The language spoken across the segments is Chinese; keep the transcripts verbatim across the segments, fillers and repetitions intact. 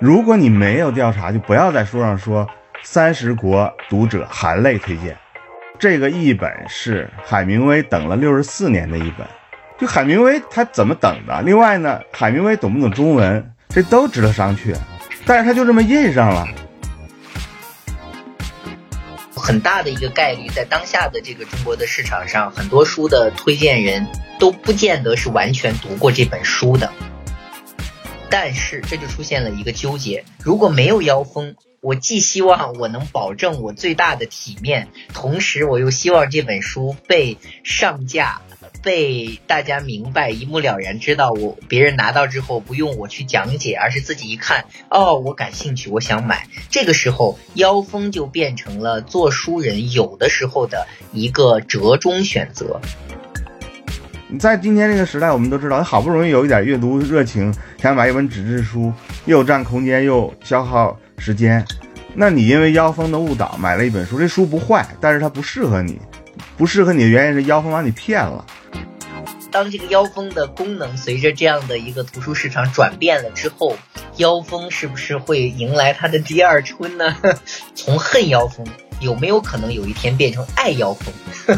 如果你没有调查，就不要在书上说三十国读者含泪推荐。这个译本是海明威等了六十四年的一本，就海明威他怎么等的？另外呢，海明威懂不懂中文，这都值得商榷，但是他就这么印上了。 很大的一个概率，在当下的这个中国的市场上，很多书的推荐人都不见得是完全读过这本书的。但是这就出现了一个纠结，如果没有妖风，我既希望我能保证我最大的体面，同时我又希望这本书被上架，被大家明白，一目了然知道，我别人拿到之后不用我去讲解，而是自己一看，哦，我感兴趣，我想买。这个时候妖风就变成了做书人有的时候的一个折中选择。 在今天这个时代，我们都知道好不容易有一点阅读热情，想买一本纸质书，又占空间又消耗时间，那你因为妖风的误导买了一本书，这书不坏，但是它不适合你，不适合你的原因是妖风把你骗了。 当这个妖风的功能随着这样的一个图书市场转变了之后，妖风是不是会迎来它的第二春呢？从恨妖风有没有可能有一天变成爱妖风？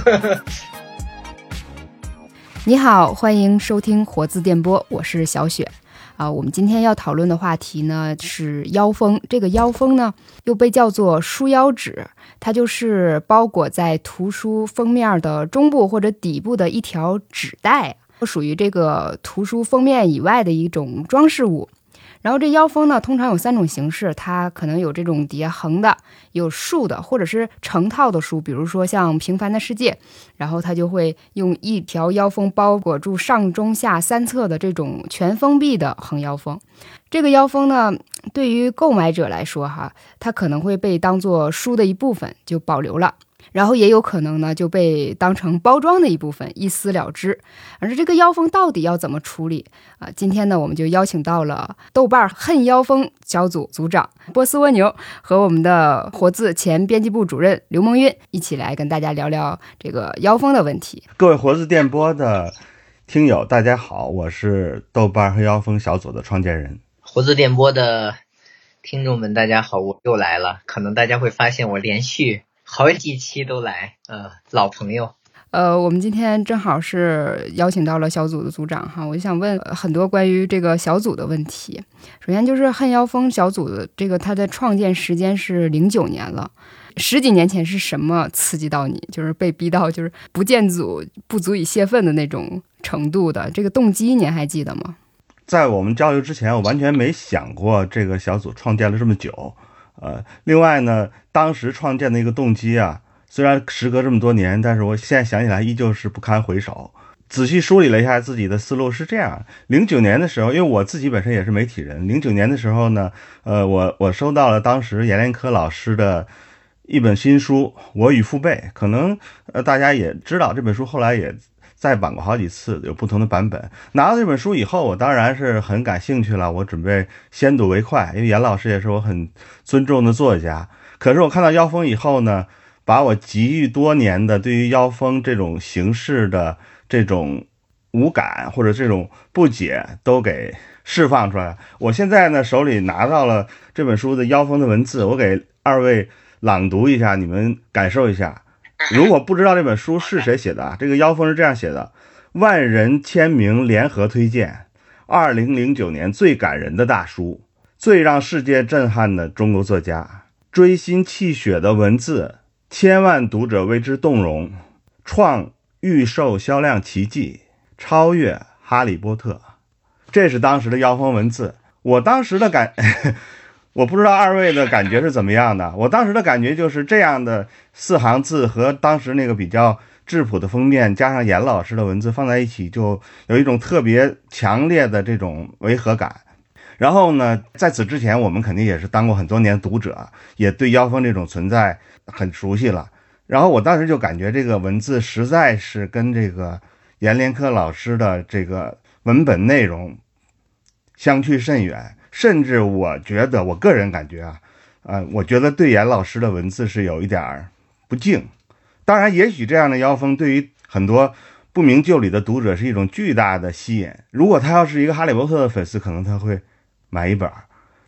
你好，欢迎收听活字电波，我是小雪啊。我们今天要讨论的话题呢是妖风。这个妖风呢又被叫做书腰纸，它就是包裹在图书封面的中部或者底部的一条纸带，属于这个图书封面以外的一种装饰物。然后这腰封呢通常有三种形式，它可能有这种底下横的，有竖的，或者是成套的书，比如说像《平凡的世界》，然后它就会用一条腰封包裹住上中下三侧的这种全封闭的横腰封。这个腰封呢对于购买者来说哈，它可能会被当作书的一部分就保留了，然后也有可能呢就被当成包装的一部分一撕了之。而这个妖风到底要怎么处理啊？今天呢我们就邀请到了豆瓣恨妖风小组组长波斯蜗牛和我们的活字前编辑部主任刘梦韵一起来跟大家聊聊这个妖风的问题。 各位活字电波的听友大家好，我是豆瓣恨妖风小组的创建人。 活字电波的听众们大家好，我又来了。可能大家会发现我连续好几期都来，呃，老朋友。 呃，我们今天正好是邀请到了小组的组长哈，我就想问很多关于这个小组的问题。首先就是恨妖风小组的这个它的创建时间是零九年了，十几年前是什么刺激到你，就是被逼到就是不建组不足以泄愤的那种程度的？这个动机您还记得吗？ 在我们交流之前，我完全没想过这个小组创建了这么久。呃，另外呢，当时创建的一个动机啊，虽然时隔这么多年，但是我现在想起来依旧是不堪回首。仔细梳理了一下自己的思路是这样：零九年的时候，因为我自己本身也是媒体人，零九年的时候呢，呃，我我收到了当时阎连科老师的一本新书《我与父辈》，可能呃大家也知道，这本书后来也再版过好几次，有不同的版本。拿到这本书以后，我当然是很感兴趣了，我准备先睹为快，因为阎老师也是我很尊重的作家。可是我看到妖风以后呢，把我积郁多年的对于妖风这种形式的这种无感或者这种不解都给释放出来。我现在呢手里拿到了这本书的妖风的文字，我给二位朗读一下，你们感受一下。如果不知道这本书是谁写的啊，这个妖风是这样写的：万人签名联合推荐二零零九年最感人的大书，最让世界震撼的中国作家，锥心泣血的文字，千万读者为之动容，创预售销量奇迹，超越哈利波特。这是当时的妖风文字。我当时的感我不知道二位的感觉是怎么样的。我当时的感觉就是这样的四行字和当时那个比较质朴的封面加上阎老师的文字放在一起，就有一种特别强烈的这种违和感。然后呢，在此之前我们肯定也是当过很多年读者，也对妖风这种存在很熟悉了。然后我当时就感觉这个文字实在是跟这个阎连科老师的这个文本内容相去甚远，甚至我觉得我个人感觉啊，呃，我觉得对阎老师的文字是有一点不敬。当然也许这样的妖风对于很多不明就里的读者是一种巨大的吸引，如果他要是一个哈利波特的粉丝，可能他会买一本；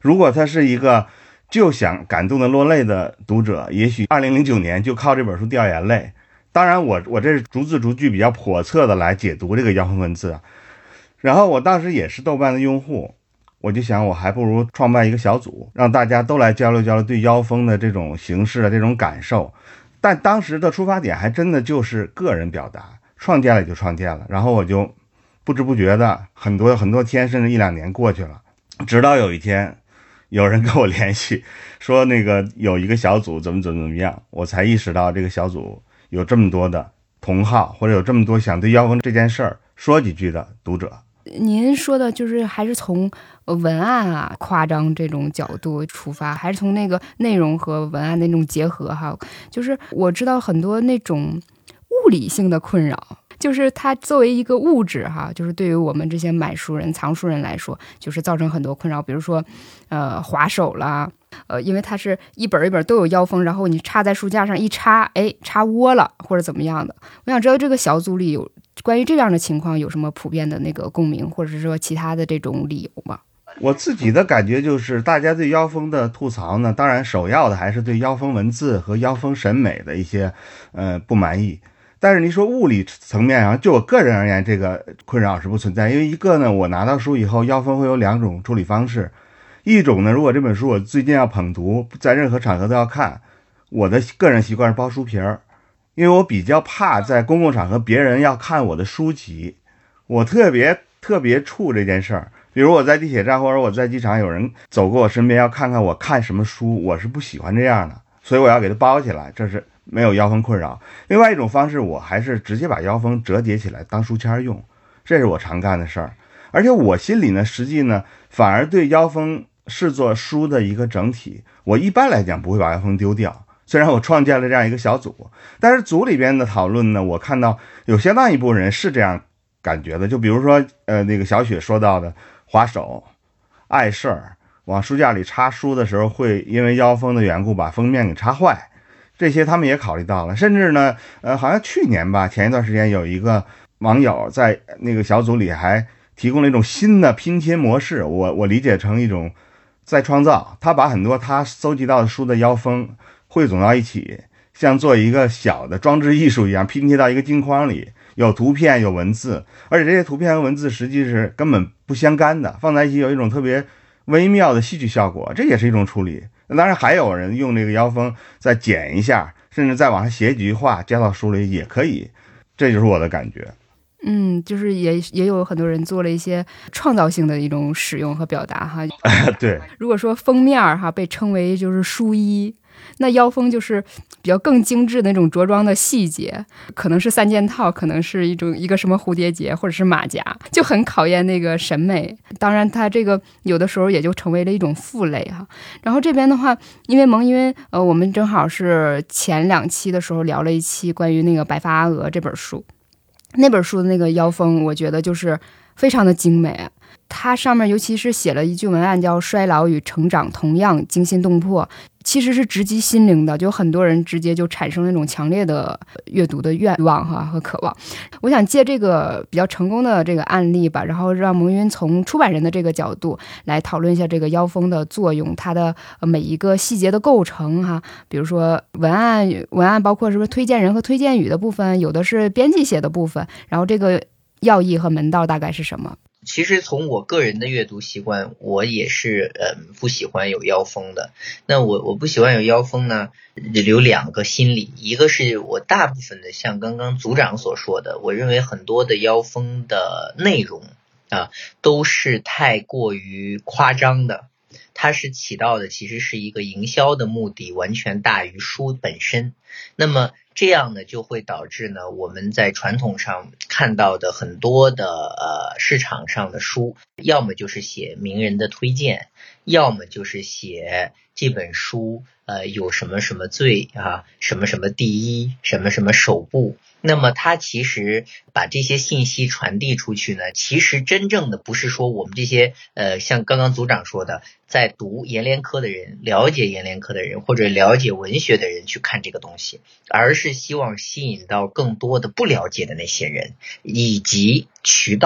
如果他是一个就想感动的落泪的读者，也许二零零九年就靠这本书掉眼泪。当然我我这是逐字逐句比较叵测的来解读这个妖风文字。然后我当时也是豆瓣的用户，我就想我还不如创办一个小组，让大家都来交流交流对妖风的这种形式的这种感受。但当时的出发点还真的就是个人表达，创建了就创建了，然后我就不知不觉的很多很多天甚至一两年过去了，直到有一天有人跟我联系说那个有一个小组怎么怎么怎么样，我才意识到这个小组有这么多的同好，或者有这么多想对妖风这件事儿说几句的读者。 您说的就是还是从文案啊夸张这种角度出发，还是从那个内容和文案那种结合哈？就是我知道很多那种物理性的困扰，就是它作为一个物质哈，就是对于我们这些买书人藏书人来说，就是造成很多困扰，比如说呃划手啦，呃因为它是一本一本都有妖风，然后你插在书架上一插，哎插窝了或者怎么样的。我想知道这个小组里有关于这样的情况有什么普遍的那个共鸣，或者是说其他的这种理由吗？ 我自己的感觉就是大家对妖风的吐槽呢，当然首要的还是对妖风文字和妖风审美的一些呃不满意。但是你说物理层面上，就我个人而言，这个困扰是不存在。因为一个呢，我拿到书以后，妖风会有两种处理方式。一种呢，如果这本书我最近要捧读，在任何场合都要看，我的个人习惯是包书皮儿，因为我比较怕在公共场合别人要看我的书籍，我特别特别怵这件事儿。比如我在地铁站或者我在机场，有人走过我身边要看看我看什么书，我是不喜欢这样的，所以我要给它包起来，这是没有妖风困扰。另外一种方式，我还是直接把妖风折叠起来当书签用，这是我常干的事儿。而且我心里呢，实际呢，反而对妖风视作书的一个整体。我一般来讲不会把妖风丢掉，虽然我创建了这样一个小组，但是组里边的讨论呢，我看到有相当一部分人是这样感觉的。就比如说，呃，那个小雪说到的划手、碍事儿，往书架里插书的时候会因为妖风的缘故把封面给插坏，这些他们也考虑到了。甚至呢，呃，好像去年吧，前一段时间有一个网友在那个小组里还提供了一种新的拼贴模式，我我理解成一种再创造。他把很多他搜集到的书的妖风汇总到一起，像做一个小的装置艺术一样拼贴到一个镜框里，有图片有文字，而且这些图片和文字实际是根本不相干的，放在一起有一种特别微妙的戏剧效果，这也是一种处理。当然还有人用这个妖风再剪一下，甚至再往上写几句话加到书里也可以，这就是我的感觉。 嗯，就是也也有很多人做了一些创造性的一种使用和表达哈。 对， 如果说封面哈被称为就是书衣，那妖风就是比较更精致的那种着装的细节，可能是三件套，可能是一种一个什么蝴蝶结或者是马甲，就很考验那个审美。当然它这个有的时候也就成为了一种负累哈。然后这边的话，因为蒙因为呃我们正好是前两期的时候聊了一期关于那个白发阿娥这本书，那本书的那个妖风我觉得就是非常的精美，它上面尤其是写了一句文案叫衰老与成长同样惊心动魄，其实是直击心灵的，就很多人直接就产生那种强烈的阅读的愿望哈和渴望。我想借这个比较成功的这个案例吧，然后让蒙云从出版人的这个角度来讨论一下这个妖风的作用，它的每一个细节的构成哈，比如说文案文案包括什么推荐人和推荐语的部分，有的是编辑写的部分，然后这个要义和门道大概是什么？ 其实从我个人的阅读习惯，我也是嗯不喜欢有妖风的。那我我不喜欢有妖风呢，有两个心理，一个是我大部分的像刚刚组长所说的，我认为很多的妖风的内容啊都是太过于夸张的，它是起到的其实是一个营销的目的，完全大于书本身。那么这样呢，就会导致呢，我们在传统上看到的很多的呃市场上的书，要么就是写名人的推荐，要么就是写这本书呃有什么什么罪啊，什么什么第一，什么什么首部。那么它其实把这些信息传递出去呢，其实真正的不是说我们这些呃像刚刚组长说的，在读研联科的人，了解研联科的人或者了解文学的人去看这个东西，而是希望吸引到更多的不了解的那些人以及渠道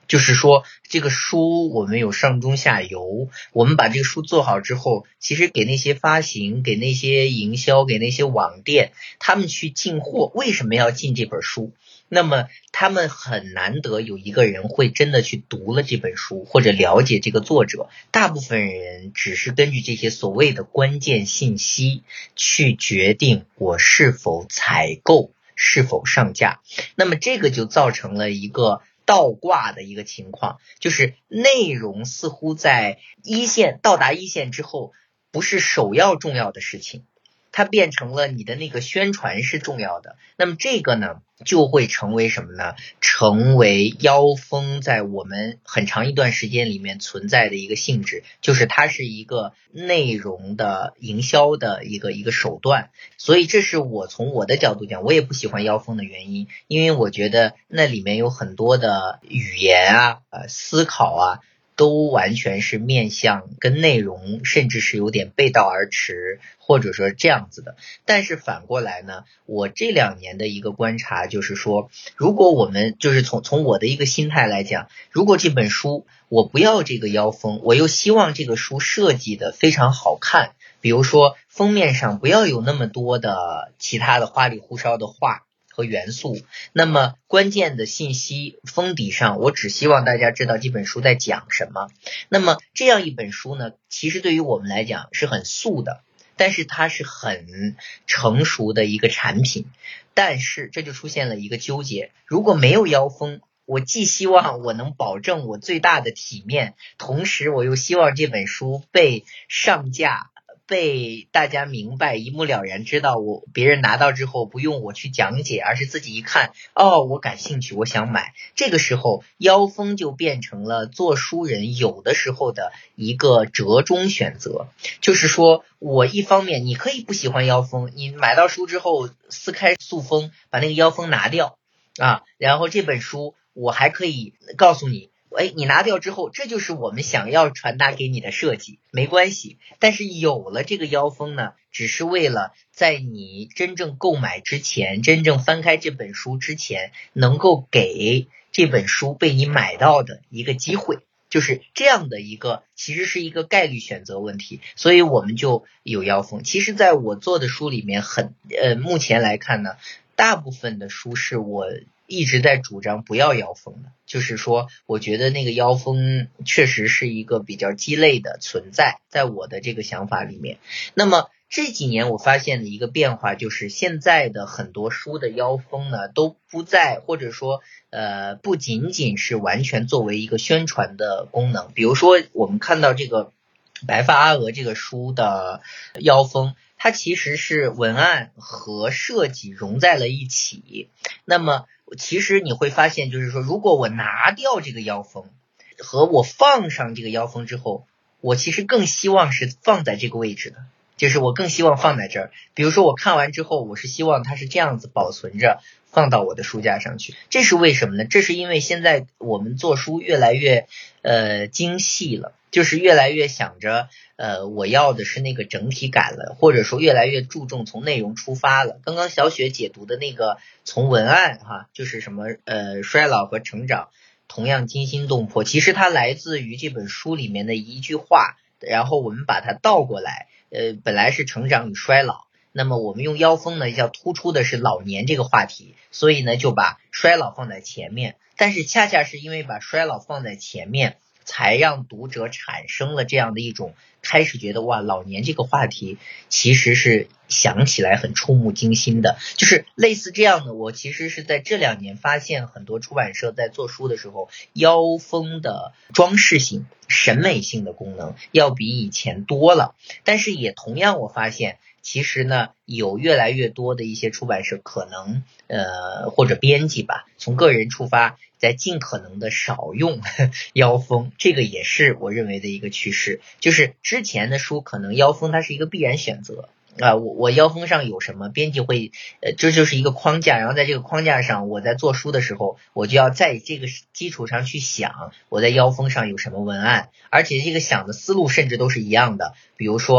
就是说这个书我们有上中下游，我们把这个书做好之后，其实给那些发行，给那些营销，给那些网店，他们去进货，为什么要进这本书？那么他们很难得有一个人会真的去读了这本书或者了解这个作者，大部分人只是根据这些所谓的关键信息去决定我是否采购，是否上架。那么这个就造成了一个倒挂的一个情况，就是内容似乎在一线到达一线之后不是首要重要的事情，它变成了你的那个宣传是重要的。那么这个呢就会成为什么呢？成为妖风在我们很长一段时间里面存在的一个性质，就是它是一个内容的营销的一个一个手段。所以这是我从我的角度讲，我也不喜欢妖风的原因，因为我觉得那里面有很多的语言啊、呃思考啊，都完全是面向跟内容甚至是有点背道而驰，或者说这样子的。但是反过来呢，我这两年的一个观察就是说，如果我们就是从从我的一个心态来讲，如果这本书我不要这个妖风，我又希望这个书设计的非常好看，比如说封面上不要有那么多的其他的花里胡哨的画和元素，那么关键的信息封底上我只希望大家知道这本书在讲什么。那么这样一本书呢，其实对于我们来讲是很素的，但是它是很成熟的一个产品。但是这就出现了一个纠结，如果没有妖风，我既希望我能保证我最大的体面，同时我又希望这本书被上架，被大家明白，一目了然知道，我别人拿到之后不用我去讲解，而是自己一看，哦，我感兴趣，我想买。这个时候妖风就变成了做书人有的时候的一个折中选择，就是说我一方面你可以不喜欢妖风，你买到书之后撕开塑封，把那个妖风拿掉啊，然后这本书我还可以告诉你，哎，你拿掉之后，这就是我们想要传达给你的设计，没关系。但是有了这个妖风呢，只是为了在你真正购买之前，真正翻开这本书之前，能够给这本书被你买到的一个机会，就是这样的一个，其实是一个概率选择问题。所以我们就有妖风。其实在我做的书里面很呃，目前来看呢，大部分的书是我一直在主张不要妖风的，就是说我觉得那个妖风确实是一个比较鸡肋的存在，在我的这个想法里面。那么这几年我发现的一个变化，就是现在的很多书的妖风呢都不在，或者说呃不仅仅是完全作为一个宣传的功能。比如说我们看到这个白发阿娥这个书的妖风，它其实是文案和设计融在了一起。那么其实你会发现，就是说如果我拿掉这个妖风和我放上这个妖风之后，我其实更希望是放在这个位置的，就是我更希望放在这儿。比如说我看完之后，我是希望它是这样子保存着放到我的书架上去。这是为什么呢？这是因为现在我们做书越来越呃精细了，就是越来越想着呃我要的是那个整体感了，或者说越来越注重从内容出发了。刚刚小雪解读的那个从文案哈，就是什么呃衰老和成长同样惊心动魄，其实它来自于这本书里面的一句话，然后我们把它倒过来，呃本来是成长与衰老，那么我们用妖风呢要突出的是老年这个话题，所以呢就把衰老放在前面。但是恰恰是因为把衰老放在前面，才让读者产生了这样的一种开始觉得，哇，老年这个话题其实是想起来很触目惊心的。就是类似这样的，我其实是在这两年发现很多出版社在做书的时候，妖风的装饰性、审美性的功能要比以前多了。但是也同样我发现，其实呢有越来越多的一些出版社可能呃或者编辑吧，从个人出发，在尽可能的少用妖风，这个也是我认为的一个趋势。就是之前的书可能妖风它是一个必然选择啊、呃，我我妖风上有什么，编辑会呃这就是一个框架，然后在这个框架上，我在做书的时候，我就要在这个基础上去想我在妖风上有什么文案，而且这个想的思路甚至都是一样的。比如说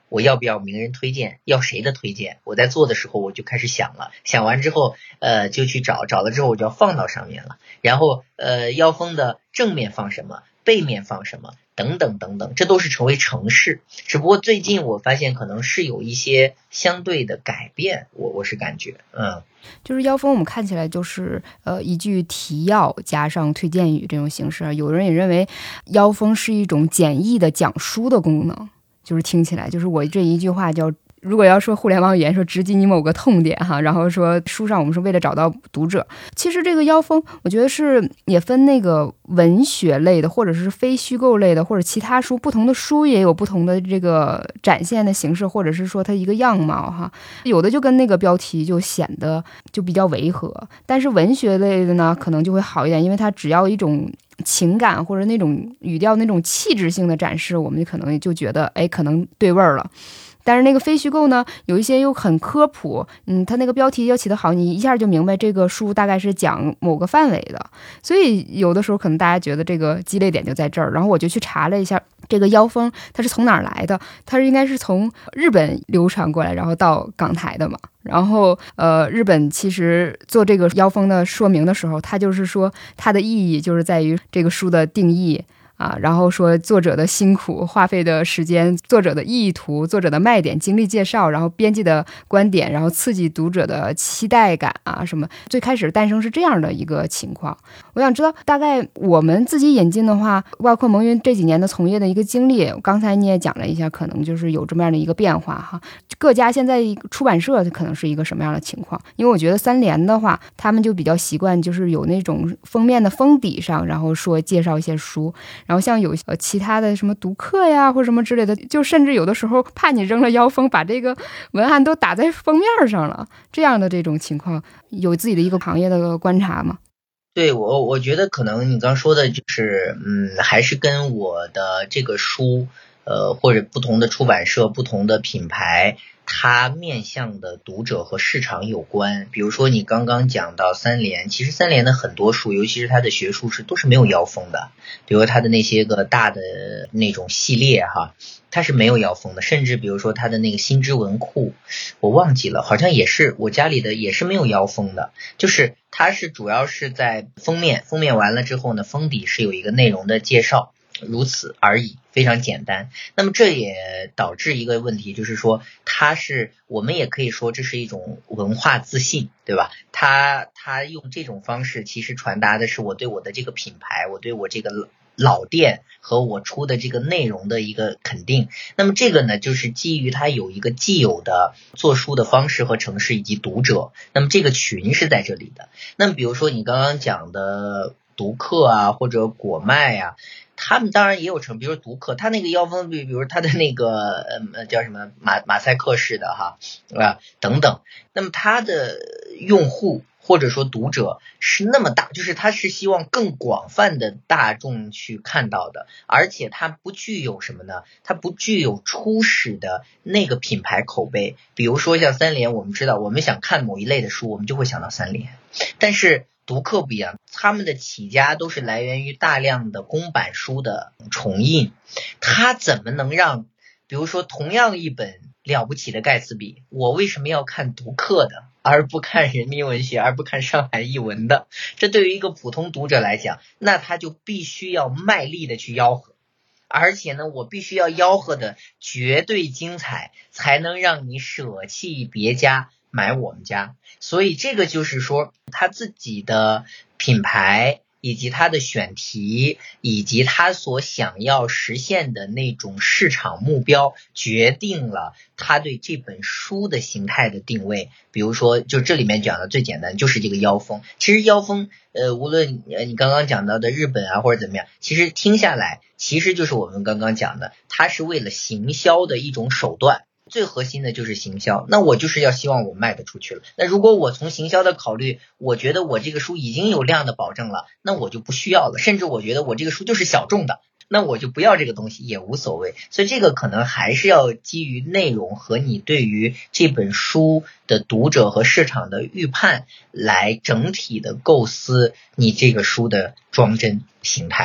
我要不要名人推荐，要谁的推荐，我在做的时候我就开始想了，想完之后呃就去找，找了之后我就要放到上面了，然后呃腰封的正面放什么，背面放什么等等等等，这都是成为程式。只不过最近我发现可能是有一些相对的改变，我我是感觉嗯， 就是腰封我们看起来就是呃一句提要加上推荐语这种形式，有人也认为腰封是一种简易的讲书的功能，就是听起来就是我这一句话叫，如果要说互联网语言说直击你某个痛点哈，然后说书上我们是为了找到读者，其实这个腰封我觉得是也分那个文学类的或者是非虚构类的或者其他书，不同的书也有不同的这个展现的形式或者是说它一个样貌哈，有的就跟那个标题就显得就比较违和，但是文学类的呢可能就会好一点，因为它只要一种情感或者那种语调那种气质性的展示，我们可能就觉得哎可能对味儿了。但是那个非虚构呢，有一些又很科普，嗯，它那个标题要起得好，你一下就明白这个书大概是讲某个范围的，所以有的时候可能大家觉得这个鸡肋点就在这儿。然后我就去查了一下这个腰封它是从哪儿来的，它是应该是从日本流传过来，然后到港台的嘛。然后呃，日本其实做这个腰封的说明的时候，它就是说它的意义就是在于这个书的定义啊，然后说作者的辛苦花费的时间，作者的意图，作者的卖点，经历介绍，然后编辑的观点，然后刺激读者的期待感啊什么，最开始诞生是这样的一个情况。我想知道大概我们自己引进的话，包括蒙云这几年的从业的一个经历，刚才你也讲了一下，可能就是有这么样的一个变化哈。各家现在出版社可能是一个什么样的情况？因为我觉得三联的话，他们就比较习惯就是有那种封面的封底上，然后说介绍一些书。然后像有呃其他的什么读客呀或什么之类的，就甚至有的时候怕你扔了腰封，把这个文案都打在封面上了，这样的这种情况，有自己的一个行业的观察吗？ 对，我我觉得可能你刚说的就是，嗯，还是跟我的这个书，呃，或者不同的出版社、不同的品牌，它面向的读者和市场有关。比如说你刚刚讲到三联，其实三联的很多书，尤其是它的学术是都是没有腰封的，比如它的那些个大的那种系列哈，它是没有腰封的，甚至比如说它的那个新知文库，我忘记了，好像也是我家里的也是没有腰封的，就是它是主要是在封面，封面完了之后呢，封底是有一个内容的介绍，如此而已，非常简单。那么这也导致一个问题，就是说它是我们也可以说这是一种文化自信，对吧？它它用这种方式其实传达的是我对我的这个品牌，我对我这个老店和我出的这个内容的一个肯定。那么这个呢，就是基于它有一个既有的做书的方式和程式以及读者，那么这个群是在这里的。那么比如说你刚刚讲的读客啊或者果麦啊，他们当然也有成，比如读客，他那个腰封，比如他的那个呃叫什么马马赛克式的哈啊等等，那么他的用户或者说读者是那么大，就是他是希望更广泛的大众去看到的，而且它不具有什么呢？它不具有初始的那个品牌口碑。比如说像三联，我们知道我们想看某一类的书，我们就会想到三联，但是读客不一样，他们的起家都是来源于大量的公版书的重印，他怎么能让比如说同样一本了不起的盖茨比，我为什么要看读客的而不看人民文学，而不看上海译文的？这对于一个普通读者来讲，那他就必须要卖力的去吆喝，而且呢我必须要吆喝的绝对精彩，才能让你舍弃别家买我们家。所以这个就是说他自己的品牌以及他的选题以及他所想要实现的那种市场目标，决定了他对这本书的形态的定位。比如说就这里面讲的最简单就是这个腰封，其实腰封呃，无论呃你刚刚讲到的日本啊或者怎么样，其实听下来其实就是我们刚刚讲的，它是为了行销的一种手段，最核心的就是行销。那我就是要希望我卖得出去了，那如果我从行销的考虑，我觉得我这个书已经有量的保证了，那我就不需要了，甚至我觉得我这个书就是小众的，那我就不要这个东西也无所谓。所以这个可能还是要基于内容和你对于这本书的读者和市场的预判来整体的构思你这个书的装帧形态。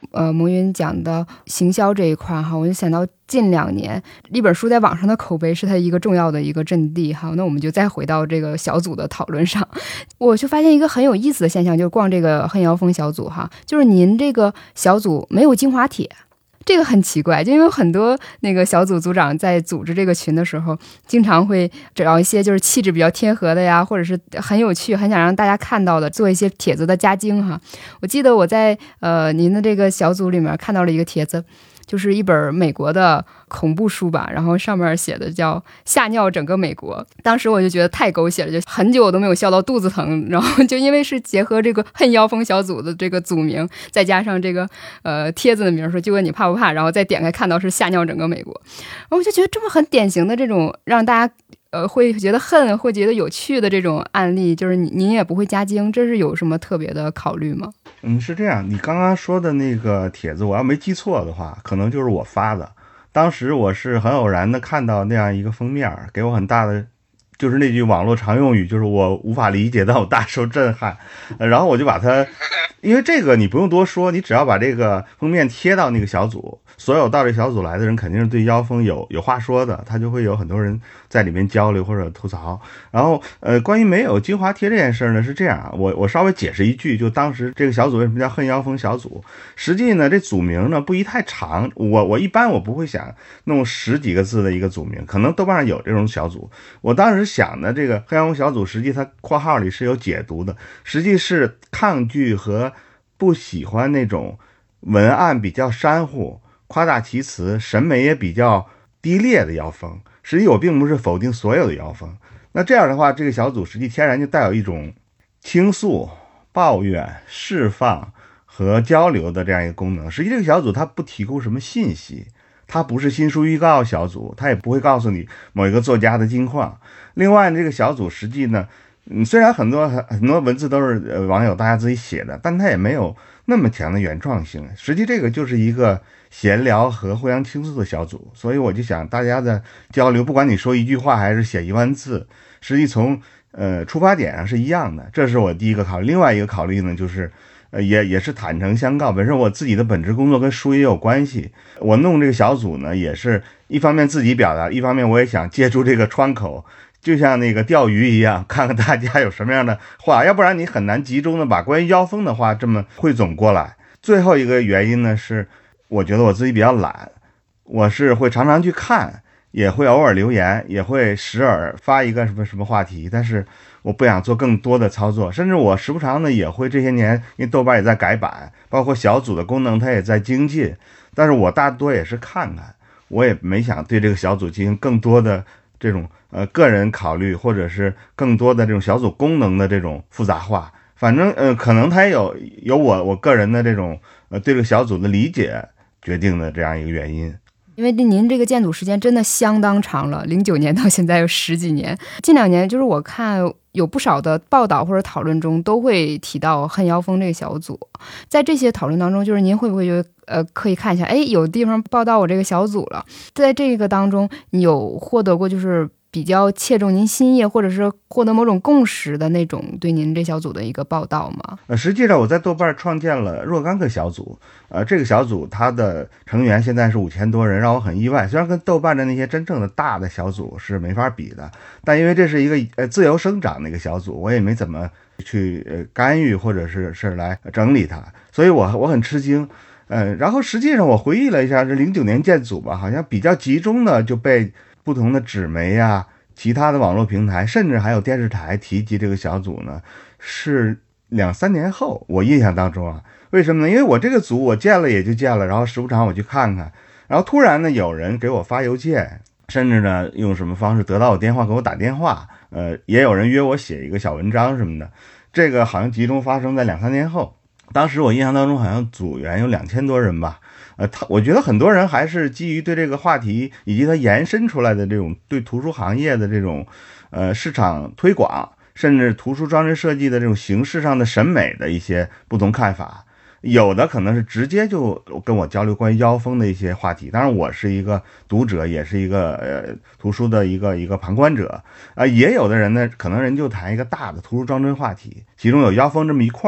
呃蒙云讲的行销这一块哈，我就想到近两年一本书在网上的口碑是它一个重要的一个阵地哈。那我们就再回到这个小组的讨论上，我就发现一个很有意思的现象，就是逛这个恨妖风小组哈，就是您这个小组没有精华帖。这个很奇怪，就因为很多那个小组组长在组织这个群的时候，经常会找一些就是气质比较贴合的呀，或者是很有趣很想让大家看到的，做一些帖子的加精哈。我记得我在呃您的这个小组里面看到了一个帖子，就是一本美国的恐怖书吧，然后上面写的叫吓尿整个美国。当时我就觉得太狗血了，就很久我都没有笑到肚子疼，然后就因为是结合这个恨妖风小组的这个组名，再加上这个呃帖子的名说就问你怕不怕，然后再点开看到是吓尿整个美国，然后我就觉得这么很典型的这种让大家呃会觉得恨会觉得有趣的这种案例，就是您也不会加精，这是有什么特别的考虑吗？ 嗯，是这样，你刚刚说的那个帖子，我要没记错的话，可能就是我发的。当时我是很偶然的看到那样一个封面，给我很大的，就是那句网络常用语，就是我无法理解，但我大受震撼。呃、然后我就把它，因为这个你不用多说，你只要把这个封面贴到那个小组，所有到这小组来的人肯定是对妖风有有话说的，他就会有很多人在里面交流或者吐槽。然后呃，关于没有精华贴这件事呢，是这样啊，我我稍微解释一句，就当时这个小组为什么叫恨妖风小组，实际呢这组名呢不宜太长，我我一般我不会想弄十几个字的一个组名，可能豆瓣上有这种小组。我当时想的这个恨妖风小组，实际它括号里是有解读的，实际是抗拒和不喜欢那种文案比较山糊、夸大其词、审美也比较低劣的妖风。实际我并不是否定所有的妖风，那这样的话，这个小组实际天然就带有一种倾诉、抱怨、释放和交流的这样一个功能。实际这个小组它不提供什么信息，它不是新书预告小组，它也不会告诉你某一个作家的近况。另外这个小组实际呢，嗯，虽然很多很多文字都是呃网友大家自己写的，但它也没有那么强的原创性。实际这个就是一个闲聊和互相倾诉的小组，所以我就想大家的交流，不管你说一句话还是写一万字，实际从呃出发点上是一样的。这是我第一个考虑。另外一个考虑呢，就是呃也也是坦诚相告，本身我自己的本职工作跟书也有关系，我弄这个小组呢，也是一方面自己表达，一方面我也想借助这个窗口，就像那个钓鱼一样，看看大家有什么样的话，要不然你很难集中的把关于妖风的话这么汇总过来。最后一个原因呢，是我觉得我自己比较懒，我是会常常去看，也会偶尔留言，也会时而发一个什么什么话题，但是我不想做更多的操作，甚至我时不常的也会这些年，因为豆瓣也在改版，包括小组的功能它也在精进，但是我大多也是看看，我也没想对这个小组进行更多的这种呃个人考虑，或者是更多的这种小组功能的这种复杂化。反正呃可能它也有有我我个人的这种呃对这个小组的理解决定的这样一个原因。 因为您这个建组时间真的相当长了，零九年到现在有十几年。近两年就是我看有不少的报道或者讨论中都会提到恨妖风这个小组，在这些讨论当中，就是您会不会就呃可以看一下，哎，有地方报道我这个小组了，在这个当中你有获得过就是比较切中您心意，或者是获得某种共识的那种对您这小组的一个报道吗？ 呃，实际上我在豆瓣创建了若干个小组，呃，这个小组它的成员现在是五千多人，让我很意外。虽然跟豆瓣的那些真正的大的小组是没法比的，但因为这是一个呃自由生长的一个小组，我也没怎么去呃干预或者是是来整理它，所以我我很吃惊。呃，然后实际上我回忆了一下，这零九年建组吧，好像比较集中的就被不同的纸媒啊、其他的网络平台，甚至还有电视台提及这个小组呢，是两三年后，我印象当中啊，为什么呢？因为我这个组我建了也就建了，然后时不常我去看看，然后突然呢有人给我发邮件，甚至呢用什么方式得到我电话给我打电话，呃，也有人约我写一个小文章什么的，这个好像集中发生在两三年后。当时我印象当中好像组员有两千多人吧，呃，他我觉得很多人还是基于对这个话题以及它延伸出来的这种对图书行业的这种呃市场推广，甚至图书装帧设计的这种形式上的审美的一些不同看法。有的可能是直接就跟我交流关于妖风的一些话题，当然我是一个读者，也是一个呃图书的一个一个旁观者啊、呃。也有的人呢，可能人就谈一个大的图书装帧话题，其中有妖风这么一块儿。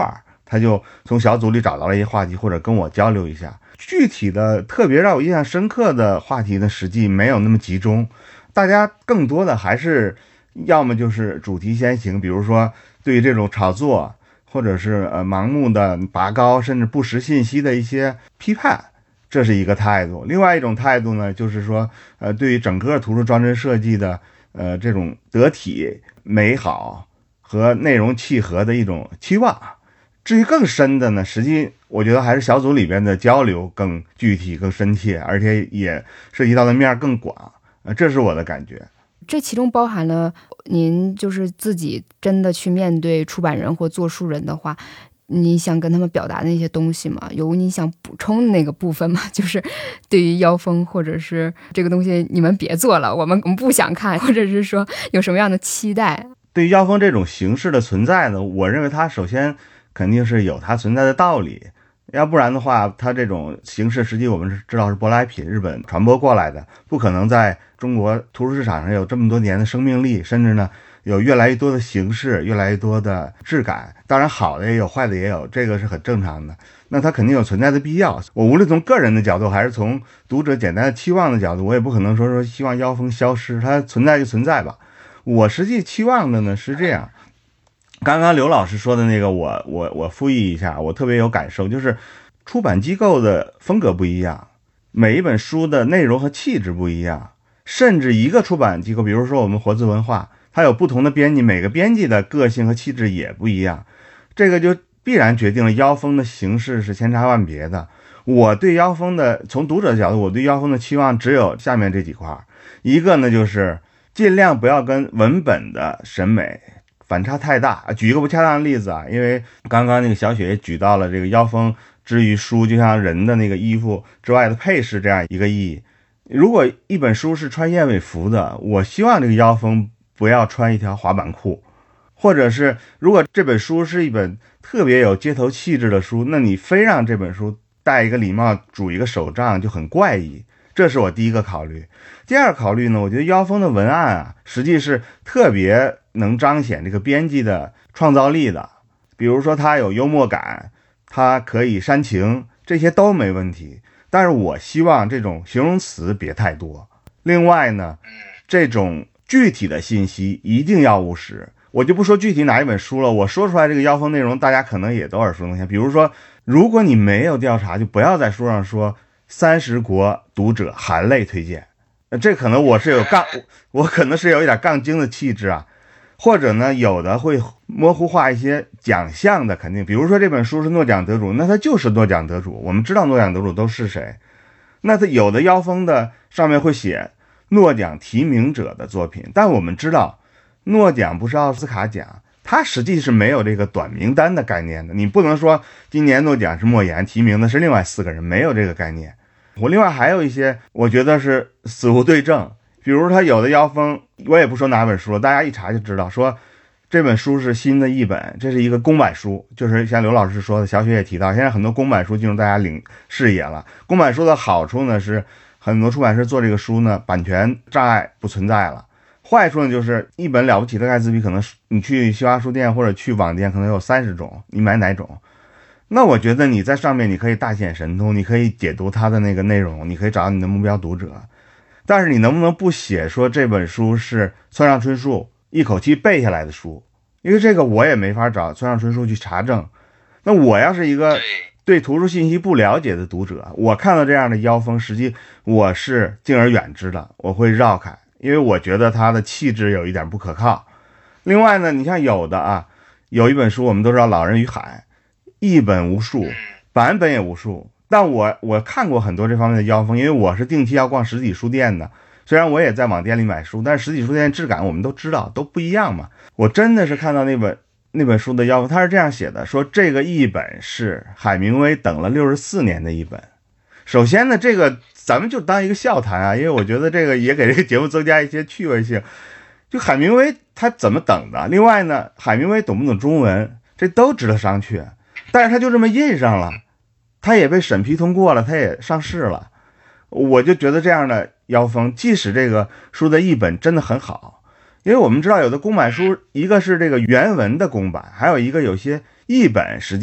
他就从小组里找到了一些话题，或者跟我交流一下。具体的特别让我印象深刻的话题呢，实际没有那么集中，大家更多的还是要么就是主题先行，比如说对于这种炒作或者是呃盲目的拔高甚至不实信息的一些批判，这是一个态度。另外一种态度呢，就是说呃对于整个图书装帧设计的呃这种得体美好和内容契合的一种期望。至于更深的呢，实际我觉得还是小组里边的交流更具体更深切，而且也涉及到的面更广，呃，这是我的感觉。 这其中包含了您就是自己真的去面对出版人或做书人的话，你想跟他们表达的那些东西吗？有你想补充的那个部分吗？就是对于妖风或者是这个东西你们别做了，我们我们不想看，或者是说有什么样的期待？ 对于妖风这种形式的存在呢，我认为它首先肯定是有它存在的道理，要不然的话它这种形式实际我们是知道是舶来品，日本传播过来的，不可能在中国图书市场上有这么多年的生命力，甚至呢有越来越多的形式，越来越多的质感，当然好的也有坏的也有，这个是很正常的，那它肯定有存在的必要。我无论从个人的角度还是从读者简单的期望的角度，我也不可能说说希望妖风消失，它存在就存在吧。我实际期望的呢是这样，刚刚刘老师说的那个我我我复议一下，我特别有感受，就是出版机构的风格不一样，每一本书的内容和气质不一样，甚至一个出版机构，比如说我们活字文化，它有不同的编辑，每个编辑的个性和气质也不一样，这个就必然决定了妖风的形式是千差万别的。我对妖风的，从读者的角度，我对妖风的期望只有下面这几块，一个呢就是尽量不要跟文本的审美反差太大。举一个不恰当的例子啊，因为刚刚那个小雪也举到了这个妖风之于书就像人的那个衣服之外的配饰这样一个意义。如果一本书是穿燕尾服的，我希望这个妖风不要穿一条滑板裤，或者是如果这本书是一本特别有街头气质的书，那你非让这本书戴一个礼帽拄一个手杖就很怪异，这是我第一个考虑。第二个考虑呢，我觉得妖风的文案啊，实际是特别能彰显这个编辑的创造力的，比如说它有幽默感，它可以煽情，这些都没问题，但是我希望这种形容词别太多。另外呢，这种具体的信息一定要务实，我就不说具体哪一本书了，我说出来这个妖风内容大家可能也都耳熟能详，比如说如果你没有调查，就不要在书上说三十国读者含泪推荐，这可能我是有杠，我可能是有一点杠精的气质啊。或者呢，有的会模糊化一些奖项的肯定，比如说这本书是诺奖得主，那它就是诺奖得主，我们知道诺奖得主都是谁。那它有的妖风的上面会写诺奖提名者的作品，但我们知道诺奖不是奥斯卡奖，它实际是没有这个短名单的概念的，你不能说今年诺奖是莫言，提名的是另外四个人，没有这个概念。我另外还有一些我觉得是死无对证，比如他有的妖风，我也不说哪本书了，大家一查就知道，说这本书是新的译本，这是一个公版书，就是像刘老师说的，小雪也提到，现在很多公版书进入大家领视野了。公版书的好处呢是，很多出版社做这个书呢，版权障碍不存在了。坏处呢就是一本了不起的盖茨比，可能你去新华书店或者去网店可能有三十种，你买哪种？那我觉得你在上面你可以大显神通，你可以解读它的那个内容，你可以找到你的目标读者。但是你能不能不写说这本书是村上春树一口气背下来的书？因为这个我也没法找村上春树去查证。那我要是一个对图书信息不了解的读者，我看到这样的妖风，实际我是敬而远之的，我会绕开，因为我觉得它的气质有一点不可靠。另外呢，你像有的啊，有一本书我们都知道《老人与海》，译本无数，版本也无数。但我我看过很多这方面的妖风，因为我是定期要逛实体书店的，虽然我也在网店里买书，但是实体书店质感我们都知道都不一样嘛。我真的是看到那本那本书的妖风，他是这样写的，说这个译本是海明威等了六十四年的译本。首先呢，这个咱们就当一个笑谈啊，因为我觉得这个也给这个节目增加一些趣味性。就海明威他怎么等的？另外呢，海明威懂不懂中文，这都值得商榷。但是他就这么印上了，他也被审批通过了，他也上市了。我就觉得这样的妖风，即使这个书的译本真的很好，因为我们知道有的公版书，一个是这个原文的公版，还有一个有些译本实际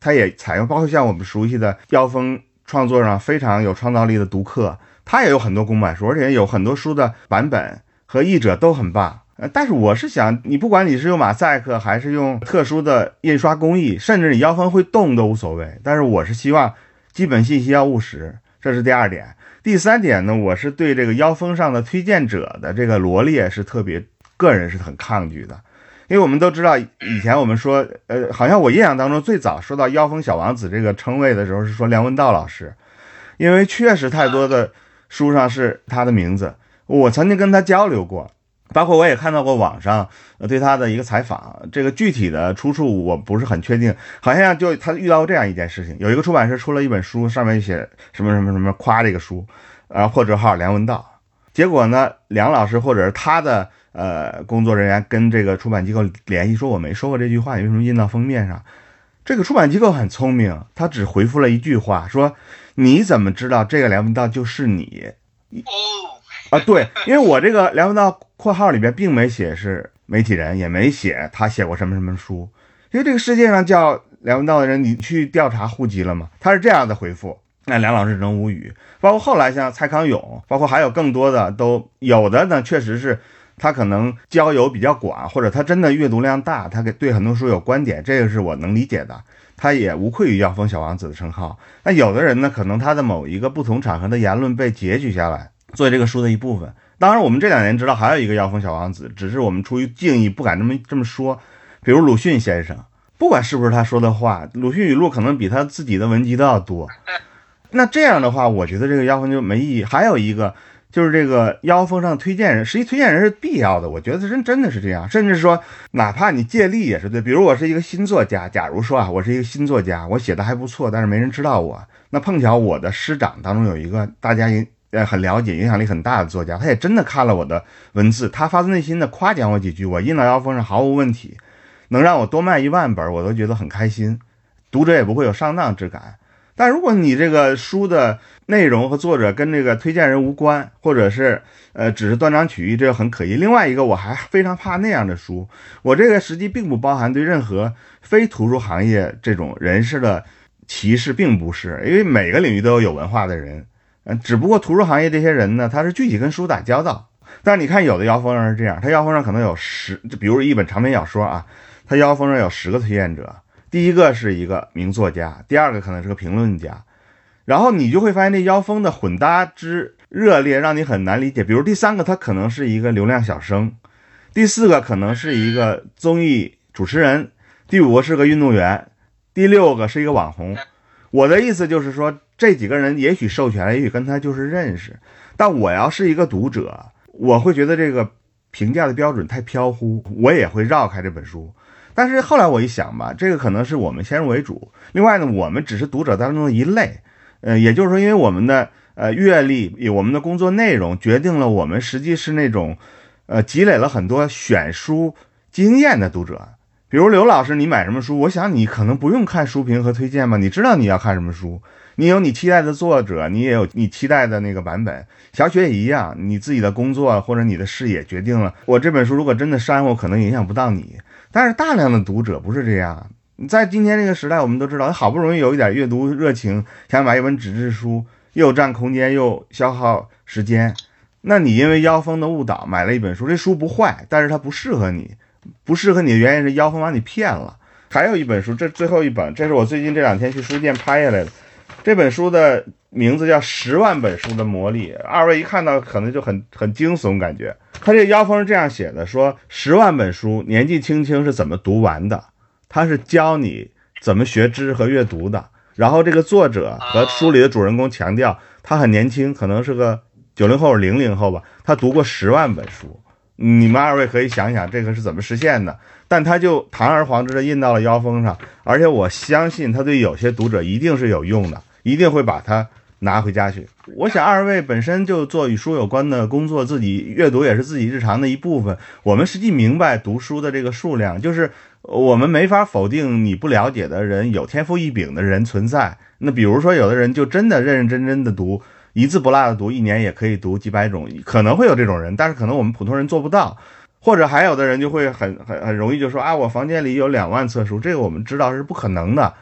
他也采用包括像我们熟悉的妖风创作上非常有创造力的读客，他也有很多公版书，而且有很多书的版本和译者都很棒。呃，但是我是想，你不管你是用马赛克还是用特殊的印刷工艺，甚至你妖风会动都无所谓。但是我是希望基本信息要务实，这是第二点。第三点呢，我是对这个妖风上的推荐者的这个罗列是特别，个人是很抗拒的。因为我们都知道，以前我们说，呃，好像我印象当中最早说到妖风小王子这个称谓的时候是说梁文道老师，因为确实太多的书上是他的名字，我曾经跟他交流过。包括我也看到过网上对他的一个采访，这个具体的出处我不是很确定，好像就他遇到过这样一件事情，有一个出版社出了一本书，上面写什么什么什么夸这个书，然后破折号梁文道，结果呢梁老师或者是他的呃工作人员跟这个出版机构联系，说我没说过这句话，你为什么印到封面上？这个出版机构很聪明，他只回复了一句话，说你怎么知道这个梁文道就是你？啊，对，因为我这个梁文道括号里边并没写是媒体人，也没写他写过什么什么书，因为这个世界上叫梁文道的人，你去调查户籍了吗？他是这样的回复，那梁老师只能无语。包括后来像蔡康永，包括还有更多的，都有的呢，确实是他可能交友比较广，或者他真的阅读量大，他对很多书有观点，这个是我能理解的，他也无愧于妖风小王子的称号。那有的人呢，可能他的某一个不同场合的言论被截取下来作为这个书的一部分。当然我们这两年知道还有一个妖风小王子，只是我们出于敬意不敢这么这么说。比如鲁迅先生，不管是不是他说的话，鲁迅语录可能比他自己的文集都要多，那这样的话我觉得这个妖风就没意义。还有一个就是这个妖风上的推荐人，实际推荐人是必要的，我觉得真真的是这样。甚至说哪怕你借力也是对，比如我是一个新作家，假如说啊我是一个新作家，我写的还不错，但是没人知道我，那碰巧我的师长当中有一个大家呃，很了解影响力很大的作家，他也真的看了我的文字，他发自内心的夸奖我几句，我印到妖风上毫无问题，能让我多卖一万本我都觉得很开心，读者也不会有上当之感。但如果你这个书的内容和作者跟这个推荐人无关，或者是呃只是断章取义，这就很可疑。另外一个我还非常怕那样的书，我这个实际并不包含对任何非图书行业这种人士的歧视，并不是，因为每个领域都有有文化的人，呃，只不过图书行业这些人呢，他是具体跟书打交道。但是你看有的妖风上是这样，他妖风上可能有十，就比如一本长篇小说啊，他妖风上有十个推荐者，第一个是一个名作家，第二个可能是个评论家，然后你就会发现这妖风的混搭之热烈让你很难理解。比如第三个他可能是一个流量小生，第四个可能是一个综艺主持人，第五个是个运动员，第六个是一个网红。我的意思就是说，这几个人也许授权了，也许跟他就是认识，但我要是一个读者，我会觉得这个评价的标准太飘忽，我也会绕开这本书。但是后来我一想吧，这个可能是我们先入为主，另外呢，我们只是读者当中的一类，呃，也就是说，因为我们的呃阅历，我们的工作内容决定了我们实际是那种呃积累了很多选书经验的读者。比如刘老师，你买什么书，我想你可能不用看书评和推荐吧，你知道你要看什么书，你有你期待的作者，你也有你期待的那个版本。小雪也一样，你自己的工作或者你的视野决定了，我这本书如果真的删，我可能影响不到你。但是大量的读者不是这样，在今天这个时代，我们都知道，好不容易有一点阅读热情，想买一本纸质书，又占空间又消耗时间，那你因为妖风的误导买了一本书，这书不坏，但是它不适合你，不适合你的原因是妖风把你骗了。还有一本书，这最后一本，这是我最近这两天去书店拍下来的，这本书的名字叫《十万本书的魔力》，二位一看到可能就很很惊悚感觉。他这个妖风是这样写的，说十万本书年纪轻轻是怎么读完的，他是教你怎么学知和阅读的。然后这个作者和书里的主人公强调他很年轻，可能是个九零后或零零后吧，他读过十万本书。你们二位可以想想这个是怎么实现的，但他就堂而皇之的印到了妖风上，而且我相信他对有些读者一定是有用的，一定会把它拿回家去。我想二位本身就做与书有关的工作，自己阅读也是自己日常的一部分，我们实际明白读书的这个数量，就是我们没法否定你不了解的人，有天赋异禀的人存在。那比如说有的人就真的认认真真的读，一字不落的读，一年也可以读几百种，可能会有这种人，但是可能我们普通人做不到。或者还有的人就会很很很容易就说啊，我房间里有两万册书，这个我们知道是不可能的。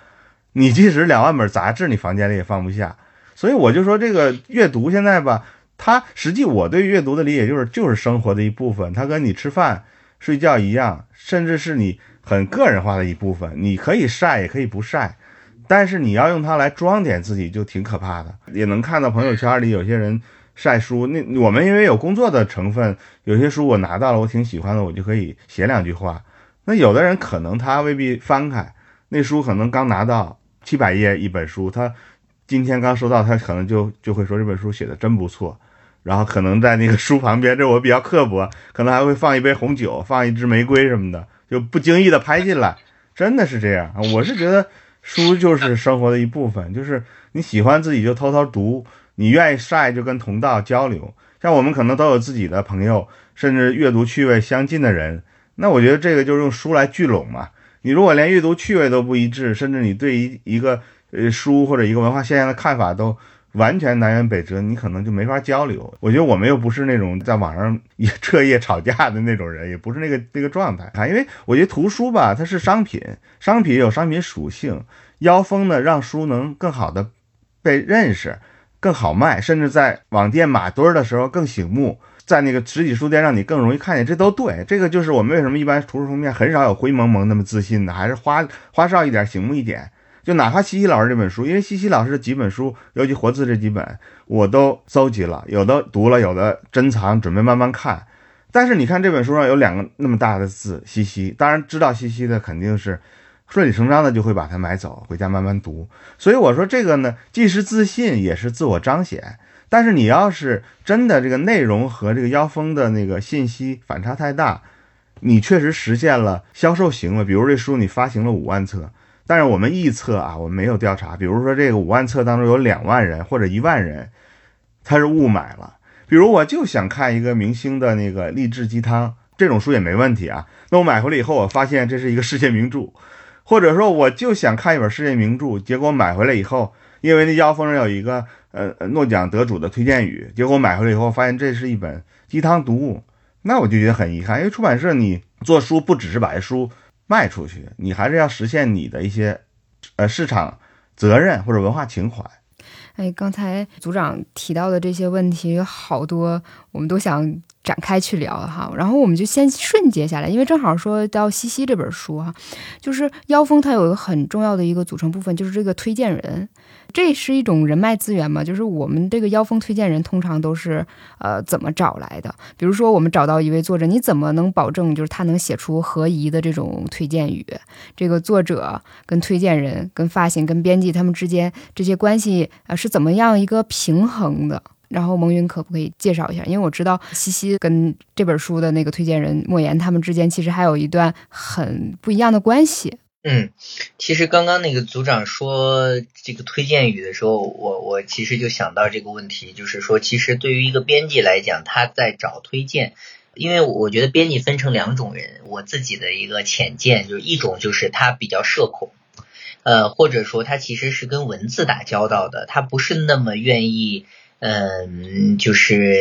你即使两万本杂志你房间里也放不下。所以我就说这个阅读现在吧，它实际我对阅读的理解就是就是生活的一部分，它跟你吃饭睡觉一样，甚至是你很个人化的一部分。你可以晒也可以不晒，但是你要用它来装点自己就挺可怕的。也能看到朋友圈里有些人晒书，那我们因为有工作的成分，有些书我拿到了我挺喜欢的，我就可以写两句话。那有的人可能他未必翻开那书，可能刚拿到七百页一本书，他今天刚收到，他可能就就会说这本书写的真不错，然后可能在那个书旁边，这我比较刻薄，可能还会放一杯红酒，放一支玫瑰什么的，就不经意的拍进来。真的是这样，我是觉得书就是生活的一部分，就是你喜欢自己就偷偷读，你愿意晒就跟同道交流。像我们可能都有自己的朋友，甚至阅读趣味相近的人，那我觉得这个就是用书来聚拢嘛。你如果连阅读趣味都不一致，甚至你对一一个呃书或者一个文化现象的看法都完全南辕北辙，你可能就没法交流。我觉得我们又不是那种在网上也彻夜吵架的那种人，也不是那个那个状态啊。因为我觉得图书吧，它是商品，商品有商品属性，妖风呢让书能更好的被认识，更好卖，甚至在网店码堆的时候更醒目，在那个实体书店让你更容易看见，这都对。这个就是我们为什么一般图书封面很少有灰蒙蒙那么自信的，还是花花哨一点，醒目一点。就哪怕西西老师这本书，因为西西老师的几本书，尤其活字这几本我都搜集了，有的读了，有的珍藏准备慢慢看。但是你看这本书上有两个那么大的字西西，当然知道西西的肯定是顺理成章的就会把它买走回家慢慢读。所以我说这个呢，既是自信也是自我彰显。但是你要是真的这个内容和这个妖风的那个信息反差太大，你确实实现了销售行为。比如这书你发行了五万册，但是我们臆测啊，我们没有调查，比如说这个五万册当中有两万人或者一万人他是误买了。比如我就想看一个明星的那个励志鸡汤，这种书也没问题啊，那我买回来以后我发现这是一个世界名著。或者说我就想看一本世界名著，结果买回来以后，因为那妖风上有一个呃诺奖得主的推荐语，结果买回来以后发现这是一本鸡汤读物，那我就觉得很遗憾。因为出版社你做书不只是把书卖出去，你还是要实现你的一些呃市场责任或者文化情怀。 哎，刚才组长提到的这些问题有好多，我们都想展开去聊哈。然后我们就先顺接下来，因为正好说到西西这本书哈，就是妖风它有一个很重要的一个组成部分，就是这个推荐人。这是一种人脉资源嘛，就是我们这个妖风推荐人通常都是呃怎么找来的？比如说我们找到一位作者，你怎么能保证就是他能写出合宜的这种推荐语？这个作者跟推荐人、跟发行、跟编辑他们之间这些关系啊、呃、是怎么样一个平衡的？然后蒙云可不可以介绍一下？因为我知道西西跟这本书的那个推荐人莫言他们之间其实还有一段很不一样的关系。 嗯，其实刚刚那个组长说这个推荐语的时候，我我其实就想到这个问题，就是说其实对于一个编辑来讲，他在找推荐，因为我觉得编辑分成两种人，我自己的一个浅见就是一种就是他比较社恐，呃，或者说他其实是跟文字打交道的，他不是那么愿意嗯，就是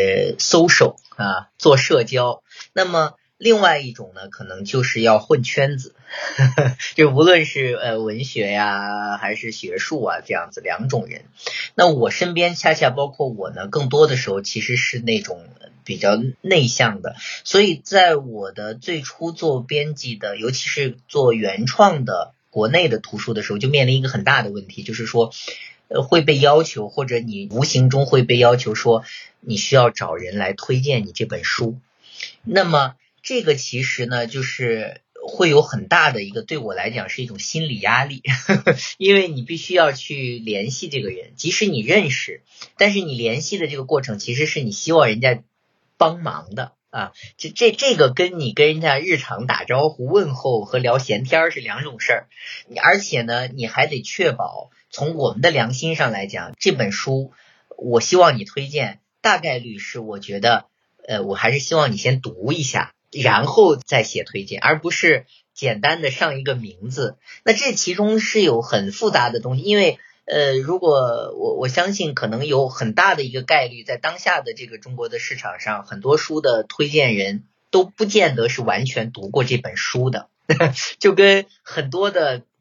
social 啊，做社交。那么另外一种呢，可能就是要混圈子，呵呵，就无论是呃文学呀，还是学术啊，这样子两种人。那我身边恰恰包括我呢，更多的时候其实是那种比较内向的，所以在我的最初做编辑的，尤其是做原创的国内的图书的时候，就面临一个很大的问题，就是说呃，会被要求，或者你无形中会被要求说你需要找人来推荐你这本书。那么这个其实呢，就是会有很大的一个，对我来讲是一种心理压力，呵呵，因为你必须要去联系这个人，即使你认识，但是你联系的这个过程其实是你希望人家帮忙的啊，这这这个跟你跟人家日常打招呼问候和聊闲天是两种事儿，而且呢你还得确保从我们的良心上来讲，这本书我希望你推荐，大概率是我觉得呃，我还是希望你先读一下，然后再写推荐，而不是简单的上一个名字。那这其中是有很复杂的东西，因为呃，如果我我相信可能有很大的一个概率，在当下的这个中国的市场上，很多书的推荐人都不见得是完全读过这本书的，就跟很多的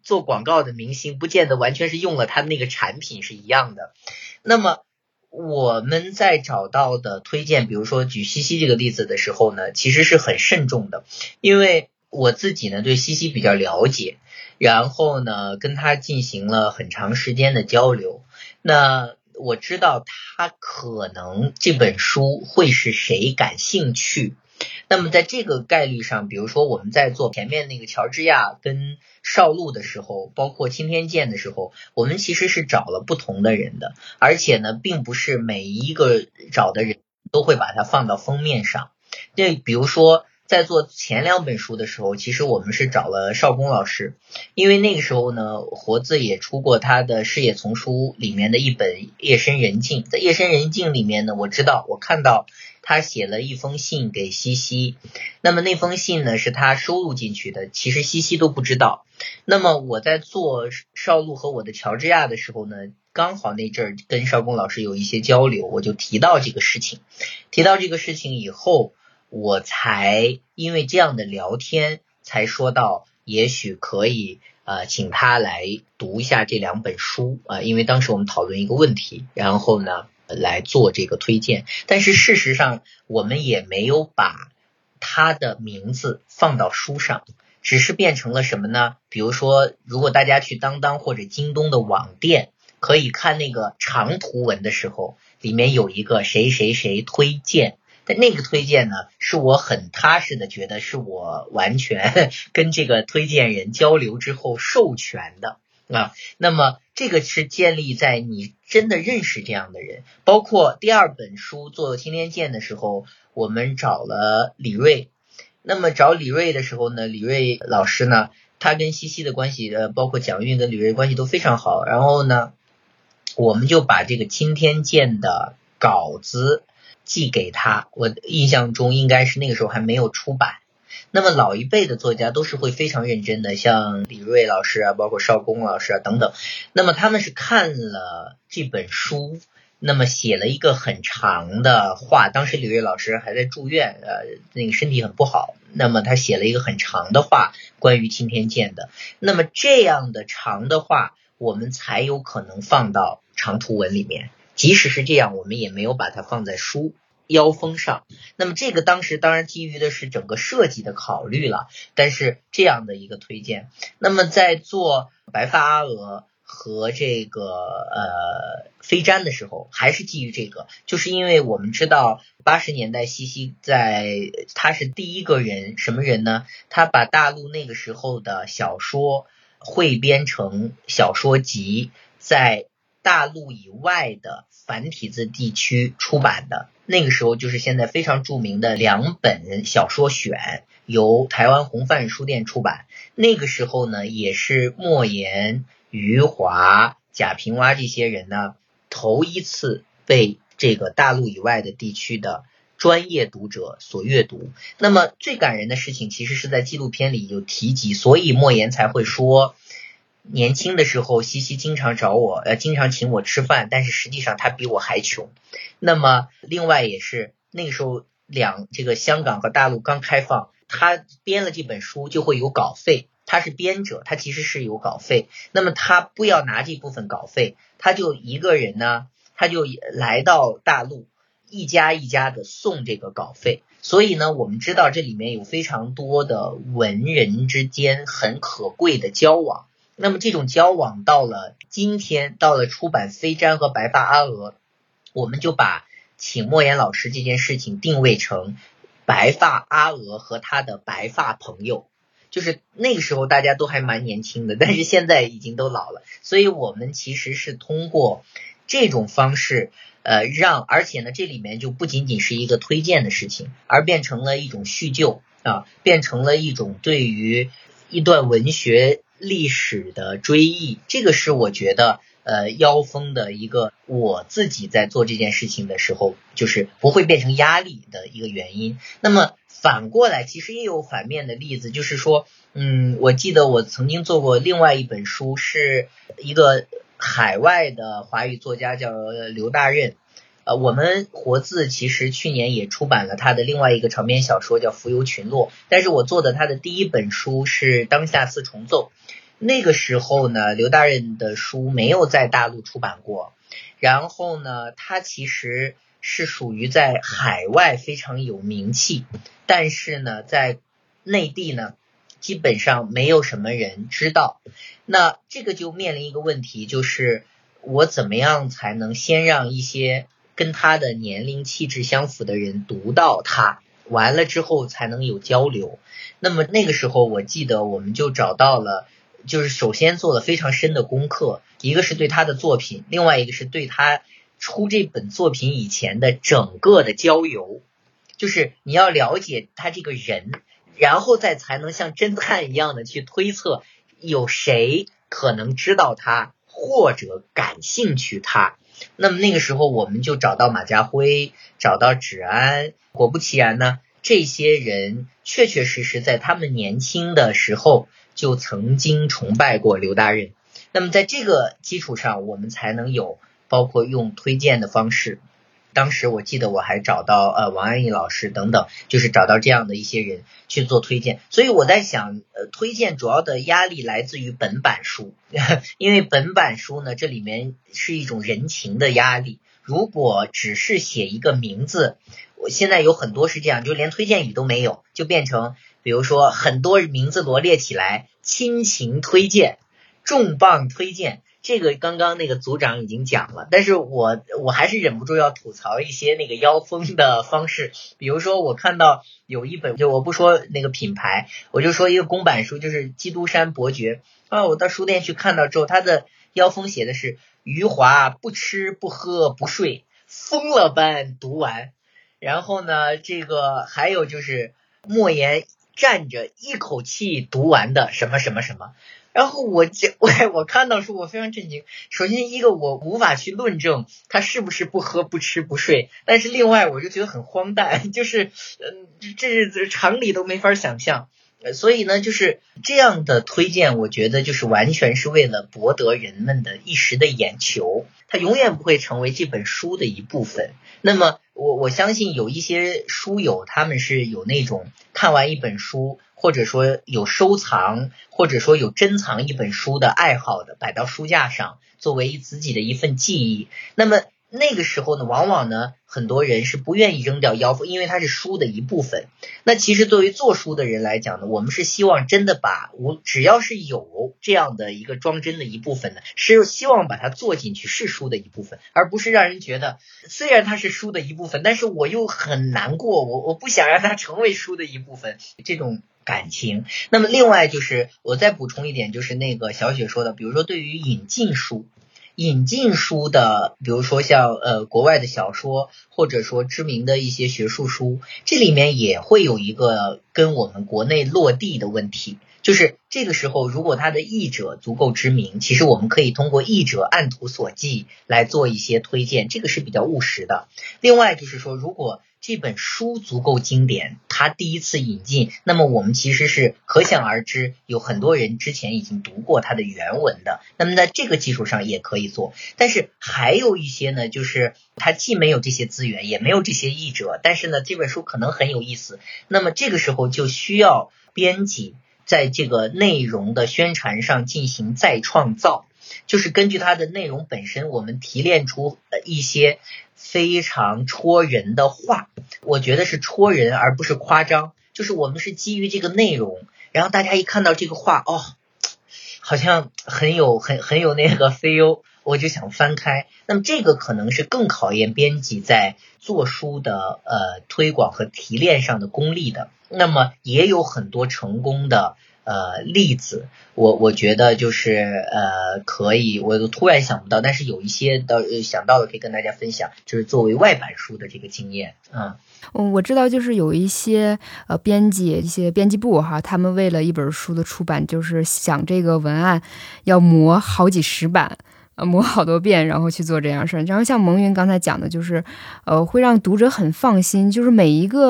做广告的明星不见得完全是用了他那个产品是一样的。那么我们在找到的推荐，比如说举西西这个例子的时候呢，其实是很慎重的，因为我自己呢对西西比较了解，然后呢跟他进行了很长时间的交流，那我知道他可能这本书会是谁感兴趣。那么在这个概率上，比如说我们在做前面那个乔治亚跟少路的时候，包括青天剑的时候，我们其实是找了不同的人的，而且呢并不是每一个找的人都会把它放到封面上。这比如说在做前两本书的时候，其实我们是找了少功老师，因为那个时候呢活字也出过他的事业丛书里面的一本《夜深人静》，在《夜深人静》里面呢，我知道我看到他写了一封信给西西，那么那封信呢是他收录进去的，其实西西都不知道。那么我在做少路和我的乔治亚的时候呢，刚好那阵儿跟少功老师有一些交流，我就提到这个事情，提到这个事情以后，我才因为这样的聊天才说到也许可以呃请他来读一下这两本书啊、呃，因为当时我们讨论一个问题，然后呢来做这个推荐。但是事实上我们也没有把他的名字放到书上，只是变成了什么呢？比如说如果大家去当当或者京东的网店可以看那个长图文的时候，里面有一个谁谁谁推荐，但那个推荐呢是我很踏实的觉得是我完全跟这个推荐人交流之后授权的啊。那么这个是建立在你真的认识这样的人。包括第二本书做青天剑的时候，我们找了李锐，那么找李锐的时候呢，李锐老师呢他跟西西的关系呃，包括蒋韵跟李锐关系都非常好，然后呢我们就把这个青天剑的稿子寄给他，我印象中应该是那个时候还没有出版。那么老一辈的作家都是会非常认真的，像李锐老师啊，包括少功老师啊等等，那么他们是看了这本书，那么写了一个很长的话，当时李锐老师还在住院，呃，那个身体很不好，那么他写了一个很长的话关于青天剑的，那么这样的长的话我们才有可能放到长图文里面，即使是这样我们也没有把它放在书腰封上。那么这个当时当然基于的是整个设计的考虑了，但是这样的一个推荐。那么在做白发阿娥和这个呃飞毡的时候还是基于这个，就是因为我们知道八十年代西西在他是第一个人，什么人呢？他把大陆那个时候的小说汇编成小说集，在大陆以外的繁体字地区出版的，那个时候就是现在非常著名的两本小说选，由台湾红帆书店出版。那个时候呢也是莫言、余华、贾平凹这些人呢头一次被这个大陆以外的地区的专业读者所阅读。那么最感人的事情其实是在纪录片里有提及，所以莫言才会说年轻的时候西西经常找我呃，经常请我吃饭，但是实际上他比我还穷。那么另外也是那个时候两这个香港和大陆刚开放，他编了这本书就会有稿费，他是编者，他其实是有稿费，那么他不要拿这部分稿费，他就一个人呢他就来到大陆一家一家的送这个稿费。所以呢我们知道这里面有非常多的文人之间很可贵的交往。那么这种交往到了今天，到了出版飞毡和白发阿娥，我们就把请莫言老师这件事情定位成白发阿娥和他的白发朋友，就是那个时候大家都还蛮年轻的，但是现在已经都老了，所以我们其实是通过这种方式呃，让而且呢这里面就不仅仅是一个推荐的事情，而变成了一种叙旧啊，变成了一种对于一段文学历史的追忆。这个是我觉得呃腰封的一个我自己在做这件事情的时候就是不会变成压力的一个原因。那么反过来其实也有反面的例子，就是说嗯，我记得我曾经做过另外一本书，是一个海外的华语作家叫刘大任，呃，我们活字其实去年也出版了他的另外一个长篇小说叫《浮游群落》，但是我做的他的第一本书是《当下四重奏》。 那个时候呢，刘大任的书没有在大陆出版过，然后呢，他其实是属于在海外非常有名气，但是呢，在内地呢，基本上没有什么人知道。那这个就面临一个问题，就是我怎么样才能先让一些跟他的年龄气质相符的人读到他，完了之后才能有交流。那么那个时候我记得我们就找到了，就是首先做了非常深的功课，一个是对他的作品，另外一个是对他出这本作品以前的整个的交游，就是你要了解他这个人，然后再才能像侦探一样的去推测有谁可能知道他或者感兴趣他。那么那个时候我们就找到马家辉，找到芷安，果不其然呢，这些人确确实实在他们年轻的时候就曾经崇拜过刘大任。那么在这个基础上，我们才能有包括用推荐的方式。当时我记得我还找到呃王安忆老师等等，就是找到这样的一些人去做推荐。所以我在想，呃，推荐主要的压力来自于本版书，因为本版书呢，这里面是一种人情的压力。如果只是写一个名字，我现在有很多是这样，就连推荐语都没有，就变成比如说很多名字罗列起来，亲情推荐、重磅推荐。这个刚刚那个组长已经讲了，但是我我还是忍不住要吐槽一些那个妖风的方式。比如说我看到有一本，就我不说那个品牌，我就说一个公版书，就是《基督山伯爵》啊，我到书店去看到之后，他的妖风写的是余华不吃不喝不睡，疯了般读完。然后呢，这个还有就是莫言站着一口气读完的什么什么什么。然后我我我看到书我非常震惊。首先一个我无法去论证他是不是不喝不吃不睡，但是另外我就觉得很荒诞，就是嗯，这这常理都没法想象。所以呢，就是这样的推荐，我觉得就是完全是为了博得人们的一时的眼球，它永远不会成为这本书的一部分。那么我我相信有一些书友，他们是有那种看完一本书，或者说有收藏，或者说有珍藏一本书的爱好的，摆到书架上作为自己的一份记忆。那么那个时候呢，往往呢很多人是不愿意扔掉妖风，因为它是书的一部分。那其实作为做书的人来讲呢，我们是希望真的把我只要是有这样的一个装帧的一部分呢，是希望把它做进去，是书的一部分，而不是让人觉得虽然它是书的一部分，但是我又很难过，我我不想让它成为书的一部分，这种感情。那么另外就是我再补充一点，就是那个小雪说的，比如说对于引进书引进书的，比如说像呃国外的小说，或者说知名的一些学术书，这里面也会有一个跟我们国内落地的问题，就是这个时候如果他的译者足够知名，其实我们可以通过译者按图索骥来做一些推荐，这个是比较务实的。另外就是说，如果这本书足够经典，它第一次引进，那么我们其实是可想而知，有很多人之前已经读过它的原文的，那么在这个基础上也可以做。但是还有一些呢，就是它既没有这些资源，也没有这些译者，但是呢这本书可能很有意思，那么这个时候就需要编辑在这个内容的宣传上进行再创造，就是根据它的内容本身，我们提炼出一些非常戳人的话，我觉得是戳人而不是夸张，就是我们是基于这个内容，然后大家一看到这个话，哦，好像很有很很有那个 feel， 我就想翻开。那么这个可能是更考验编辑在做书的呃推广和提炼上的功力的。那么也有很多成功的呃例子，我我觉得就是呃可以，我都突然想不到，但是有一些的、呃、想到的可以跟大家分享，就是作为外版书的这个经验啊。 嗯，我知道，就是有一些呃编辑、一些编辑部哈，他们为了一本书的出版，就是想这个文案要磨好几十版。呃，磨好多遍，然后去做这样事儿。然后像蒙云刚才讲的，就是，呃，会让读者很放心，就是每一个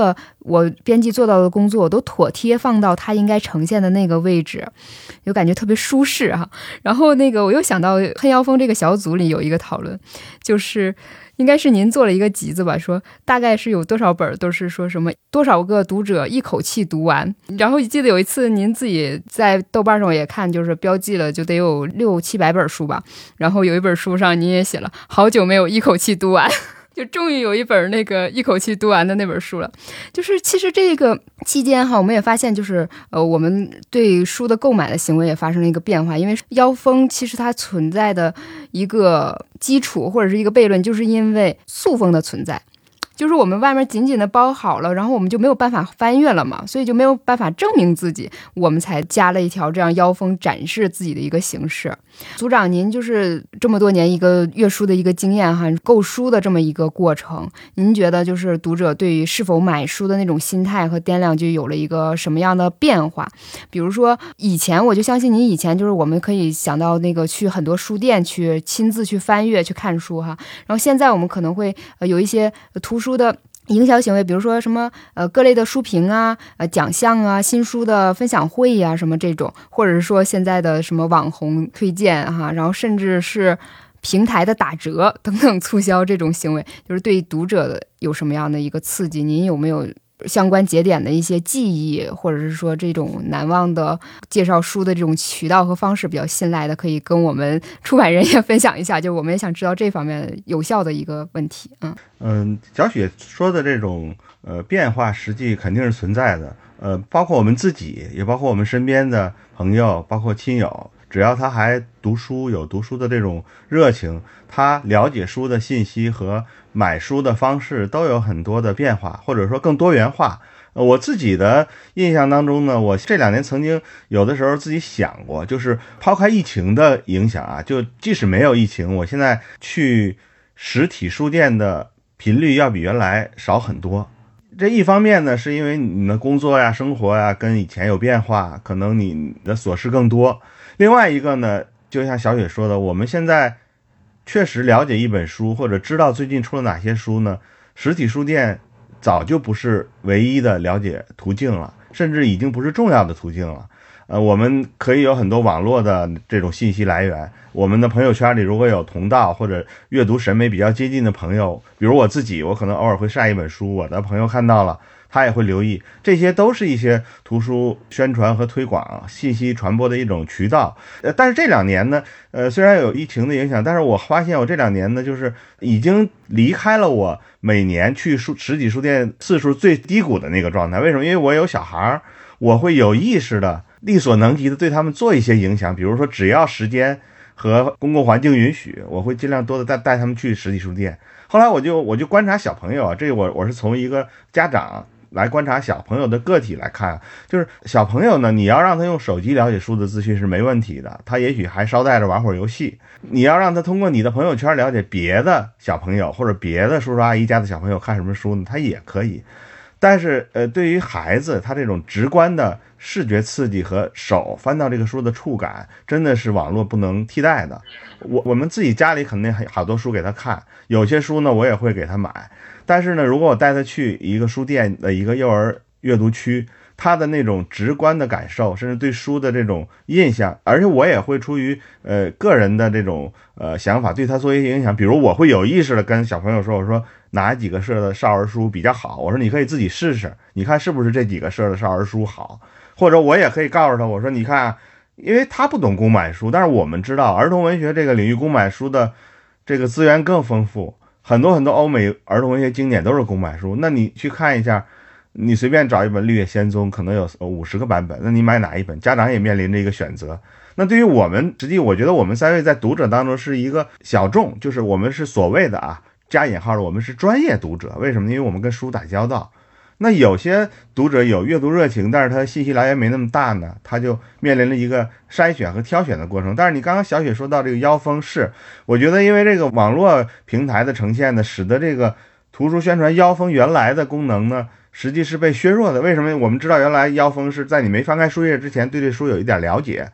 我编辑做到的工作我都妥帖放到它应该呈现的那个位置，就感觉特别舒适哈。然后那个我又想到恨妖风这个小组里有一个讨论，就是应该是您做了一个集子吧，说大概是有多少本都是说什么多少个读者一口气读完，然后记得有一次您自己在豆瓣上也看，就是标记了就得有六七百本书吧，然后有一本书上您也写了好久没有一口气读完，就终于有一本那个一口气读完的那本书了。就是其实这个期间哈，我们也发现就是呃，我们对书的购买的行为也发生了一个变化，因为妖风其实它存在的一个基础或者是一个悖论，就是因为塑封的存在。就是我们外面紧紧的包好了，然后我们就没有办法翻阅了嘛，所以就没有办法证明自己，我们才加了一条这样妖风展示自己的一个形式。组长您就是这么多年一个阅书的一个经验哈，购书的这么一个过程，您觉得就是读者对于是否买书的那种心态和掂量就有了一个什么样的变化？比如说以前我就相信您以前就是我们可以想到那个去很多书店去亲自去翻阅去看书哈，然后现在我们可能会呃有一些图书书的营销行为，比如说什么呃各类的书评啊、呃奖项啊、新书的分享会呀、啊、什么这种，或者是说现在的什么网红推荐哈，然后甚至是平台的打折等等促销这种行为，就是对读者的有什么样的一个刺激？您有没有相关节点的一些记忆，或者是说这种难忘的介绍书的这种渠道和方式比较信赖的，可以跟我们出版人也分享一下，就我们也想知道这方面有效的一个问题。嗯嗯，小雪说的这种呃变化实际肯定是存在的，呃，包括我们自己，也包括我们身边的朋友，包括亲友，只要他还读书，有读书的这种热情，他了解书的信息和买书的方式都有很多的变化，或者说更多元化。呃、我自己的印象当中呢，我这两年曾经有的时候自己想过，就是抛开疫情的影响啊，就即使没有疫情，我现在去实体书店的频率要比原来少很多。这一方面呢，是因为你的工作呀、生活呀跟以前有变化，可能你的琐事更多。另外一个呢，就像小雪说的，我们现在确实了解一本书，或者知道最近出了哪些书呢，实体书店早就不是唯一的了解途径了，甚至已经不是重要的途径了。呃，我们可以有很多网络的这种信息来源，我们的朋友圈里如果有同道或者阅读审美比较接近的朋友，比如我自己，我可能偶尔会晒一本书，我的朋友看到了他也会留意，这些都是一些图书宣传和推广信息传播的一种渠道。呃，但是这两年呢，呃，虽然有疫情的影响，但是我发现我这两年呢，就是已经离开了我每年去书实体书店次数最低谷的那个状态。为什么？因为我有小孩，我会有意识的力所能及的对他们做一些影响，比如说只要时间和公共环境允许，我会尽量多的带带他们去实体书店。后来我就我就观察小朋友啊，这我我是从一个家长来观察小朋友的个体来看，就是小朋友呢，你要让他用手机了解书的资讯是没问题的，他也许还捎带着玩会儿游戏。你要让他通过你的朋友圈了解别的小朋友或者别的叔叔阿姨家的小朋友看什么书呢，他也可以。但是呃，对于孩子，他这种直观的视觉刺激和手翻到这个书的触感，真的是网络不能替代的。我我们自己家里肯定好多书给他看，有些书呢我也会给他买。但是呢，如果我带他去一个书店的一个幼儿阅读区，他的那种直观的感受，甚至对书的这种印象，而且我也会出于呃个人的这种呃想法对他做一些影响。比如我会有意识的跟小朋友说，我说哪几个社的少儿书比较好，我说你可以自己试试，你看是不是这几个社的少儿书好。或者我也可以告诉他，我说你看，因为他不懂公买书，但是我们知道儿童文学这个领域公买书的这个资源更丰富，很多很多欧美儿童文学经典都是公买书。那你去看一下，你随便找一本《绿野仙踪》，可能有五十个版本，那你买哪一本？家长也面临着一个选择。那对于我们，实际我觉得我们三位在读者当中是一个小众，就是我们是所谓的啊加引号的，我们是专业读者。为什么？因为我们跟书打交道。那有些读者有阅读热情，但是他信息来源没那么大呢，他就面临了一个筛选和挑选的过程。但是你刚刚小雪说到这个妖风，是我觉得因为这个网络平台的呈现呢，使得这个图书宣传妖风原来的功能呢，实际是被削弱的。为什么？我们知道原来妖风是在你没翻开书页之前对这书有一点了解，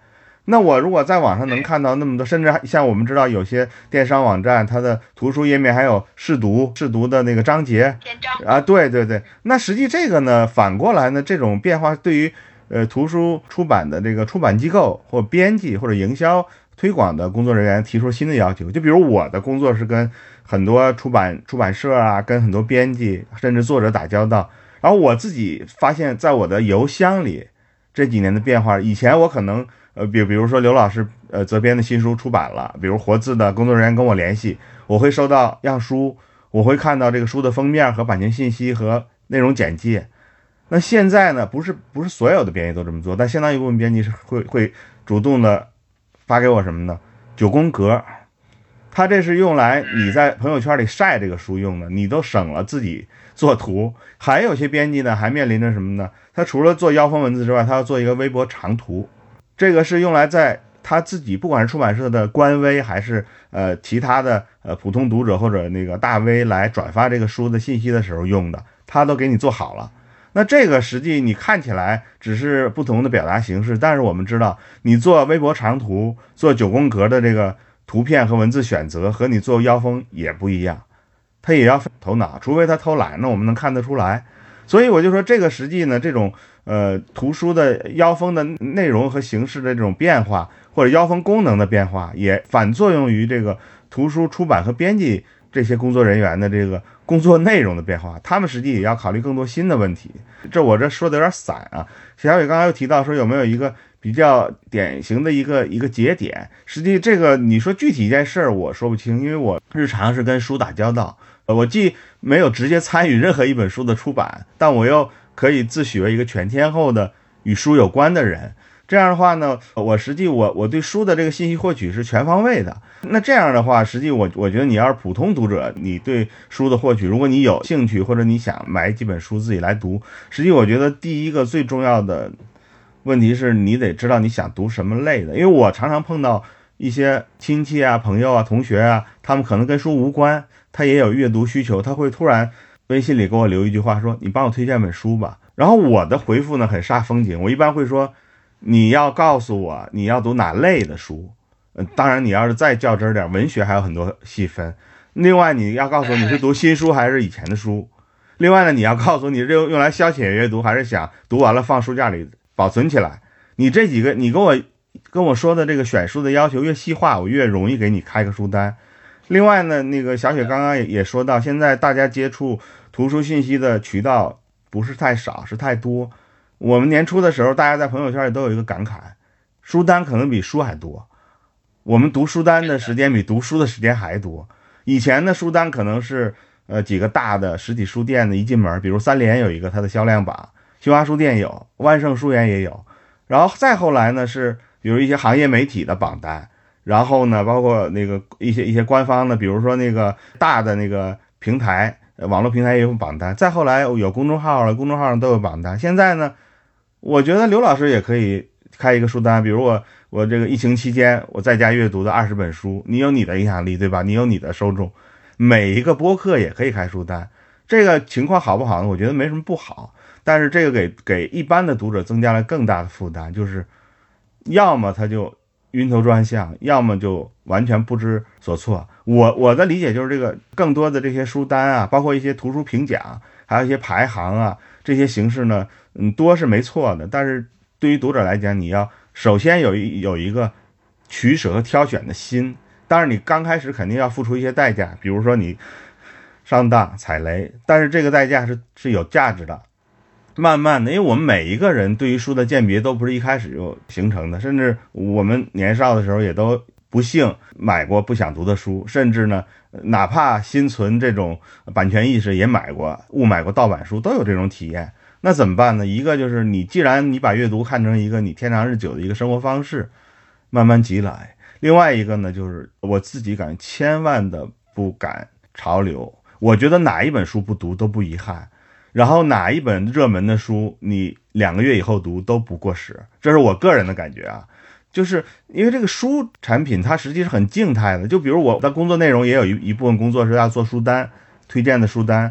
那我如果在网上能看到那么多，甚至像我们知道有些电商网站，它的图书页面还有试读试读的那个章节啊，对对对。那实际这个呢，反过来呢，这种变化对于呃图书出版的这个出版机构或编辑或者营销推广的工作人员提出新的要求。就比如我的工作是跟很多出版出版社啊，跟很多编辑甚至作者打交道，然后我自己发现，在我的邮箱里这几年的变化，以前我可能。呃，比比如说刘老师呃责编的新书出版了，比如活字的工作人员跟我联系，我会收到样书，我会看到这个书的封面和版权信息和内容简介。那现在呢，不是不是所有的编辑都这么做，但相当一部分编辑是会会主动的发给我什么呢？九宫格，它这是用来你在朋友圈里晒这个书用的，你都省了自己做图。还有些编辑呢，还面临着什么呢？他除了做腰封文字之外，他要做一个微博长图。这个是用来在他自己不管是出版社的官微还是呃其他的呃普通读者或者那个大 V 来转发这个书的信息的时候用的，他都给你做好了。那这个实际你看起来只是不同的表达形式，但是我们知道你做微博长图做九宫格的这个图片和文字选择和你做腰封也不一样，他也要头脑，除非他偷懒，那我们能看得出来。所以我就说这个实际呢，这种呃图书的腰封的内容和形式的这种变化，或者腰封功能的变化，也反作用于这个图书出版和编辑这些工作人员的这个工作内容的变化，他们实际也要考虑更多新的问题。这我这说的有点散啊。小雨刚才又提到说有没有一个比较典型的一个一个节点，实际这个你说具体一件事儿我说不清，因为我日常是跟书打交道。呃，我既没有直接参与任何一本书的出版，但我又可以自诩为一个全天候的与书有关的人。这样的话呢，我实际我我对书的这个信息获取是全方位的。那这样的话，实际我我觉得你要是普通读者，你对书的获取，如果你有兴趣或者你想买几本书自己来读，实际我觉得第一个最重要的问题是你得知道你想读什么类的。因为我常常碰到一些亲戚啊、朋友啊、同学啊，他们可能跟书无关，他也有阅读需求，他会突然微信里给我留一句话说你帮我推荐本书吧。然后我的回复呢很煞风景，我一般会说你要告诉我你要读哪类的书。呃，当然你要是再较真点，文学还有很多细分。另外你要告诉我你是读新书还是以前的书。另外呢，你要告诉我你是用来消遣阅读还是想读完了放书架里保存起来。你这几个你跟我跟我说的这个选书的要求越细化，我越容易给你开个书单。另外呢，那个小雪刚刚也说到，现在大家接触图书信息的渠道不是太少，是太多。我们年初的时候，大家在朋友圈里都有一个感慨，书单可能比书还多。我们读书单的时间比读书的时间还多。以前的书单可能是呃几个大的实体书店的一进门，比如三联有一个它的销量榜，新华书店有，万盛书园也有。然后再后来呢，是比如一些行业媒体的榜单，然后呢包括那个一些一些官方的，比如说那个大的那个平台，网络平台也有榜单。再后来有公众号了，公众号上都有榜单。现在呢，我觉得刘老师也可以开一个书单，比如我我这个疫情期间我在家阅读的二十本书，你有你的影响力，对吧？你有你的受众，每一个播客也可以开书单。这个情况好不好呢？我觉得没什么不好，但是这个给给一般的读者增加了更大的负担，就是要么他就晕头转向，要么就完全不知所措。我我的理解就是这个更多的这些书单啊，包括一些图书评奖，还有一些排行啊，这些形式呢，嗯，多是没错的，但是对于读者来讲，你要首先有一有一个取舍和挑选的心。当然你刚开始肯定要付出一些代价，比如说你上当踩雷，但是这个代价是是有价值的。慢慢的，因为我们每一个人对于书的鉴别都不是一开始就形成的，甚至我们年少的时候也都不幸买过不想读的书，甚至呢哪怕心存这种版权意识也买过误买过盗版书，都有这种体验。那怎么办呢？一个就是你既然你把阅读看成一个你天长日久的一个生活方式，慢慢积累。另外一个呢，就是我自己感觉千万的不赶潮流。我觉得哪一本书不读都不遗憾，然后哪一本热门的书你两个月以后读都不过时，这是我个人的感觉啊。就是因为这个书产品它实际是很静态的，就比如我的工作内容也有一一部分工作是要做书单，推荐的书单。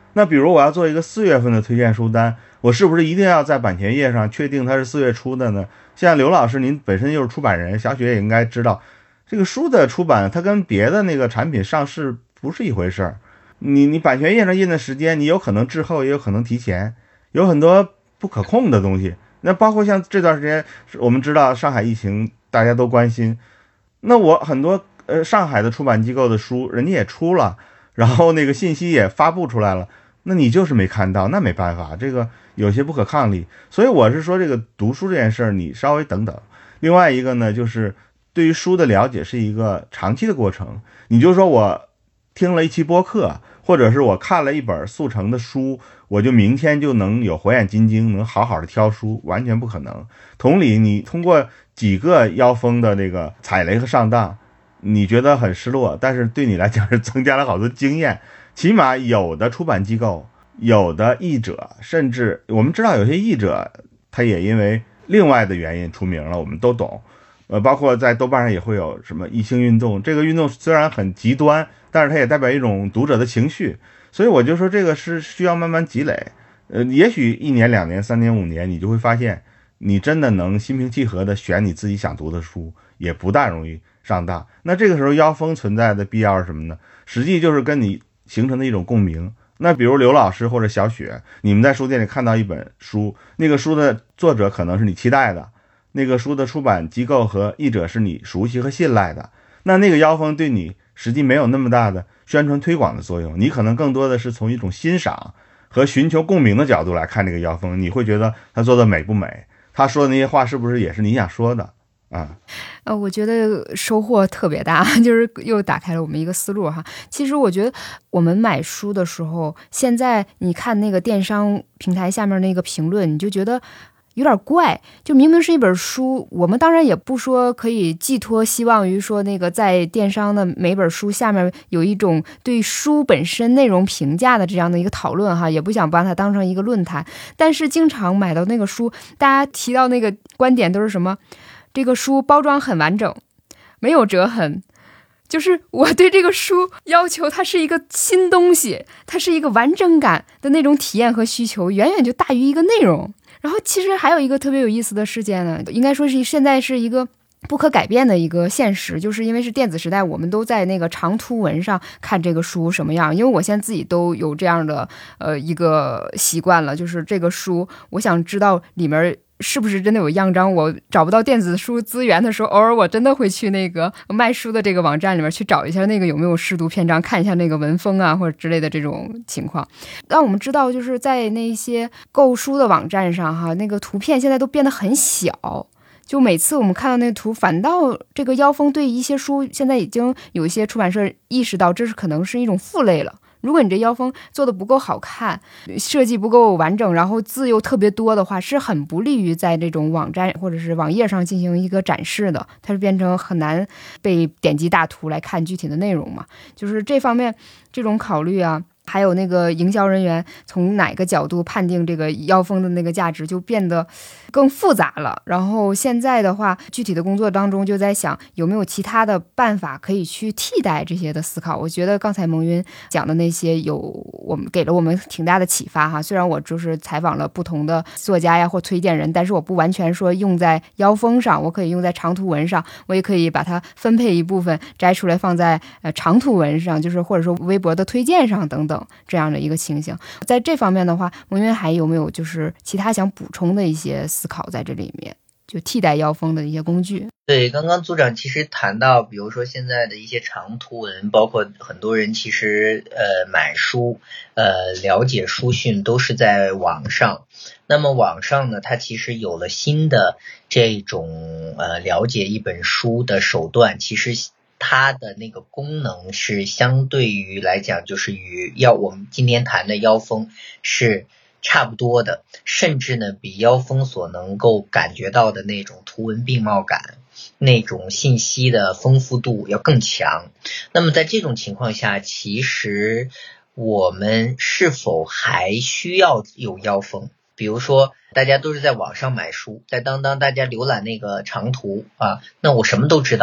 那比如我要做一个四月份的推荐书单，我是不是一定要在版权页上确定它是四月出的呢？像刘老师您本身就是出版人，小雪也应该知道，这个书的出版它跟别的那个产品上市不是一回事儿。你你版权页上印的时间，你有可能滞后，也有可能提前，有很多不可控的东西。那包括像这段时间，我们知道上海疫情大家都关心，那我很多呃上海的出版机构的书人家也出了，然后那个信息也发布出来了，那你就是没看到，那没办法，这个有些不可抗力。所以我是说，这个读书这件事儿你稍微等等。另外一个呢，就是对于书的了解是一个长期的过程。你就说我听了一期播客，或者是我看了一本速成的书，我就明天就能有火眼金睛，能好好的挑书，完全不可能。同理，你通过几个妖风的那个踩雷和上当，你觉得很失落，但是对你来讲是增加了好多经验。起码有的出版机构，有的译者，甚至我们知道有些译者他也因为另外的原因出名了，我们都懂。呃，包括在豆瓣上也会有什么异性运动，这个运动虽然很极端，但是它也代表一种读者的情绪。所以我就说这个是需要慢慢积累。呃，也许一年、两年、三年、五年，你就会发现，你真的能心平气和的选你自己想读的书，也不大容易上当。那这个时候妖风存在的必要是什么呢？实际就是跟你形成的一种共鸣。那比如刘老师或者小雪，你们在书店里看到一本书，那个书的作者可能是你期待的，那个书的出版机构和译者是你熟悉和信赖的，那那个妖风对你实际没有那么大的宣传推广的作用，你可能更多的是从一种欣赏和寻求共鸣的角度来看这个妖风，你会觉得他做的美不美，他说的那些话是不是也是你想说的啊？ 呃，我觉得收获特别大，就是又打开了我们一个思路哈。其实我觉得我们买书的时候，现在你看那个电商平台下面那个评论，你就觉得有点怪，就明明是一本书，我们当然也不说可以寄托希望于说那个在电商的每本书下面有一种对书本身内容评价的这样的一个讨论哈，也不想把它当成一个论坛。但是经常买到那个书，大家提到那个观点都是什么？这个书包装很完整，没有折痕。就是我对这个书要求它是一个新东西，它是一个完整感的那种体验和需求，远远就大于一个内容。然后其实还有一个特别有意思的事件呢，应该说是现在是一个不可改变的一个现实，就是因为是电子时代，我们都在那个长图文上看这个书什么样。因为我现在自己都有这样的呃一个习惯了，就是这个书我想知道里面是不是真的有样章，我找不到电子书资源的时候，偶尔我真的会去那个卖书的这个网站里面去找一下那个有没有试读篇章，看一下那个文风啊或者之类的这种情况。但我们知道就是在那些购书的网站上哈，那个图片现在都变得很小，就每次我们看到那个图，反倒这个妖风对一些书现在已经有一些出版社意识到这是可能是一种负累了。如果你这妖风做的不够好看，设计不够完整，然后字又特别多的话，是很不利于在这种网站或者是网页上进行一个展示的，它是变成很难被点击大图来看具体的内容嘛。就是这方面这种考虑啊，还有那个营销人员从哪个角度判定这个妖风的那个价值就变得更复杂了。然后现在的话，具体的工作当中就在想有没有其他的办法可以去替代这些的思考。我觉得刚才蒙云讲的那些有我们给了我们挺大的启发哈。虽然我就是采访了不同的作家呀或推荐人，但是我不完全说用在妖风上，我可以用在长图文上，我也可以把它分配一部分摘出来放在呃长图文上，就是或者说微博的推荐上等等这样的一个情形。在这方面的话，蒙云还有没有就是其他想补充的一些思考在这里面，就替代妖风的一些工具？ 对，刚刚组长其实谈到比如说现在的一些长图文，包括很多人其实呃买书呃了解书讯都是在网上。那么网上呢，它其实有了新的这种呃了解一本书的手段，其实它的那个功能是相对于来讲就是与要我们今天谈的妖风是差不多的，甚至呢比妖风所能够感觉到的那种图文并茂感，那种信息的丰富度要更强。那么在这种情况下，其实我们是否还需要有妖风？比如说大家都是在网上买书，在当当大家浏览那个长图啊，那我什么都知道了，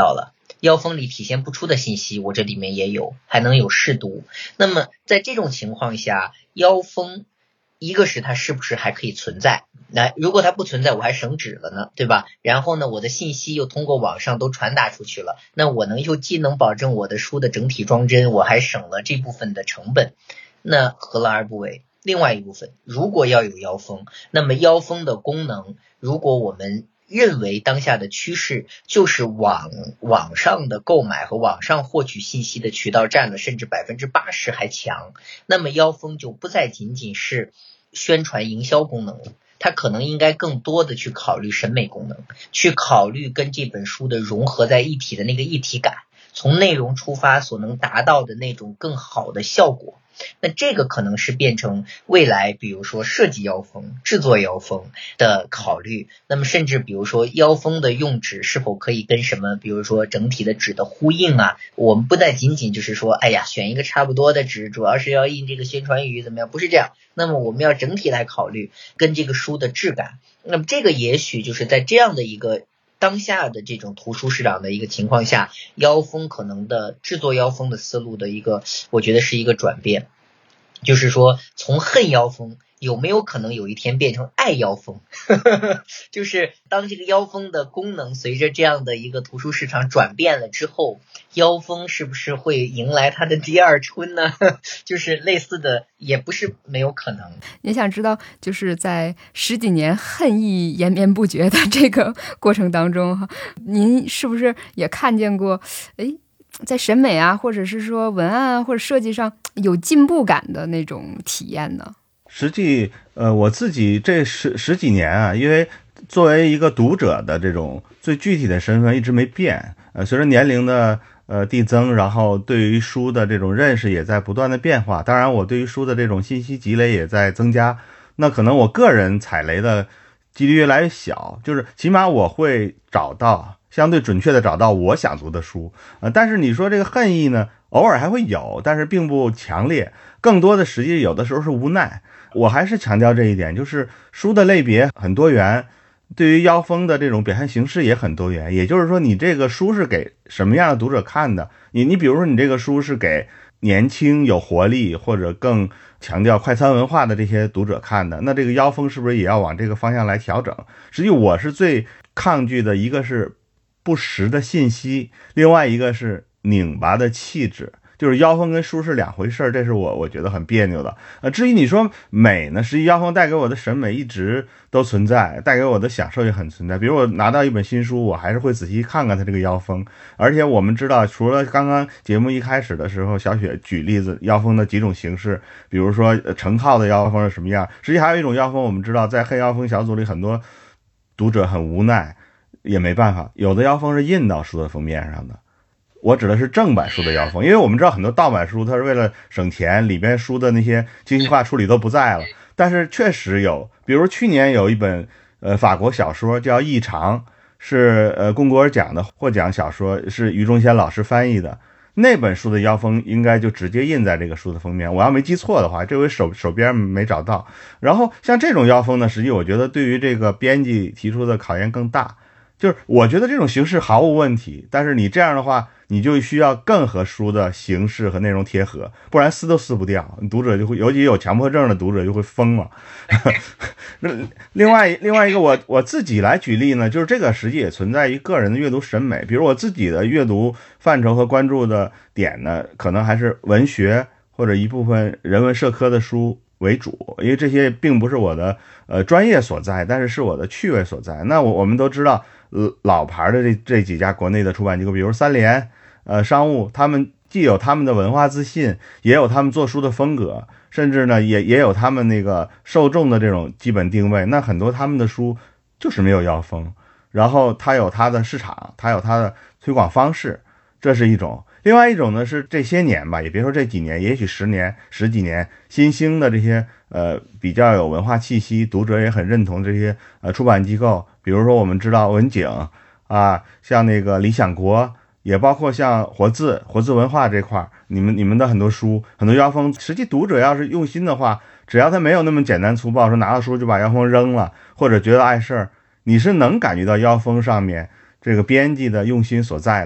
腰封里体现不出的信息我这里面也有，还能有试读。那么在这种情况下，腰封一个是它是不是还可以存在，那如果它不存在我还省纸了呢，对吧？然后呢我的信息又通过网上都传达出去了，那我能又既能保证我的书的整体装帧，我还省了这部分的成本，那何乐而不为？另外一部分，如果要有腰封，那么腰封的功能，如果我们认为当下的趋势就是网网上的购买和网上获取信息的渠道占了甚至 百分之八十 还强，那么腰封就不再仅仅是宣传营销功能了，它可能应该更多的去考虑审美功能，去考虑跟这本书的融合在一体的那个一体感，从内容出发所能达到的那种更好的效果。那这个可能是变成未来比如说设计腰封、制作腰封的考虑，那么甚至比如说腰封的用纸是否可以跟什么比如说整体的纸的呼应啊，我们不再仅仅就是说哎呀选一个差不多的纸，主要是要印这个宣传语怎么样，不是这样，那么我们要整体来考虑跟这个书的质感。那么这个也许就是在这样的一个当下的这种图书市场的一个情况下，腰封可能的制作腰封的思路的一个，我觉得是一个转变，就是说从恨腰封有没有可能有一天变成爱腰封就是当这个腰封的功能随着这样的一个图书市场转变了之后，腰封是不是会迎来它的第二春呢就是类似的也不是没有可能。 也想知道就是在十几年恨意延绵不绝的这个过程当中，您是不是也看见过诶在审美啊或者是说文案啊或者设计上有进步感的那种体验呢？ 实际呃，我自己这十十几年啊，因为作为一个读者的这种最具体的身份一直没变，呃，随着年龄的呃递增，然后对于书的这种认识也在不断的变化，当然我对于书的这种信息积累也在增加，那可能我个人踩雷的几率越来越小，就是起码我会找到相对准确的找到我想读的书，呃，但是你说这个恨意呢，偶尔还会有，但是并不强烈，更多的实际有的时候是无奈。我还是强调这一点，就是书的类别很多元，对于腰封的这种表现形式也很多元，也就是说你这个书是给什么样的读者看的，你你比如说你这个书是给年轻有活力或者更强调快餐文化的这些读者看的，那这个腰封是不是也要往这个方向来调整？实际我是最抗拒的一个是不实的信息，另外一个是拧巴的气质，就是腰封跟书是两回事，这是我我觉得很别扭的。呃，至于你说美呢，实际腰封带给我的审美一直都存在，带给我的享受也很存在。比如我拿到一本新书，我还是会仔细看看它这个腰封。而且我们知道，除了刚刚节目一开始的时候，小雪举例子腰封的几种形式，比如说成套的腰封是什么样，实际还有一种腰封，我们知道在黑腰封小组里很多读者很无奈，也没办法，有的腰封是印到书的封面上的。我指的是正版书的腰封，因为我们知道很多盗版书它是为了省钱，里边书的那些精细化处理都不在了，但是确实有，比如去年有一本呃法国小说叫《异常》，是呃龚古尔奖的获奖小说，是余中先老师翻译的，那本书的腰封应该就直接印在这个书的封面，我要没记错的话，这回手手边没找到。然后像这种腰封呢，实际我觉得对于这个编辑提出的考验更大，就是我觉得这种形式毫无问题，但是你这样的话你就需要更和书的形式和内容贴合，不然撕都撕不掉，读者就会，尤其有强迫症的读者就会疯了另外另外一个我我自己来举例呢，就是这个实际也存在于个人的阅读审美，比如我自己的阅读范畴和关注的点呢，可能还是文学或者一部分人文社科的书为主，因为这些并不是我的呃专业所在，但是是我的趣味所在。那我我们都知道呃老牌的这这几家国内的出版机构，比如三联呃商务，他们既有他们的文化自信，也有他们做书的风格，甚至呢也也有他们那个受众的这种基本定位。那很多他们的书就是没有腰封，然后它有它的市场，它有它的推广方式，这是一种。另外一种呢是这些年吧，也别说这几年，也许十年十几年新兴的这些呃比较有文化气息，读者也很认同这些呃出版机构，比如说我们知道文景啊，像那个理想国，也包括像活字活字文化这块，你们你们的很多书很多腰封，实际读者要是用心的话，只要他没有那么简单粗暴，说拿到书就把腰封扔了，或者觉得碍事儿，你是能感觉到腰封上面这个编辑的用心所在的。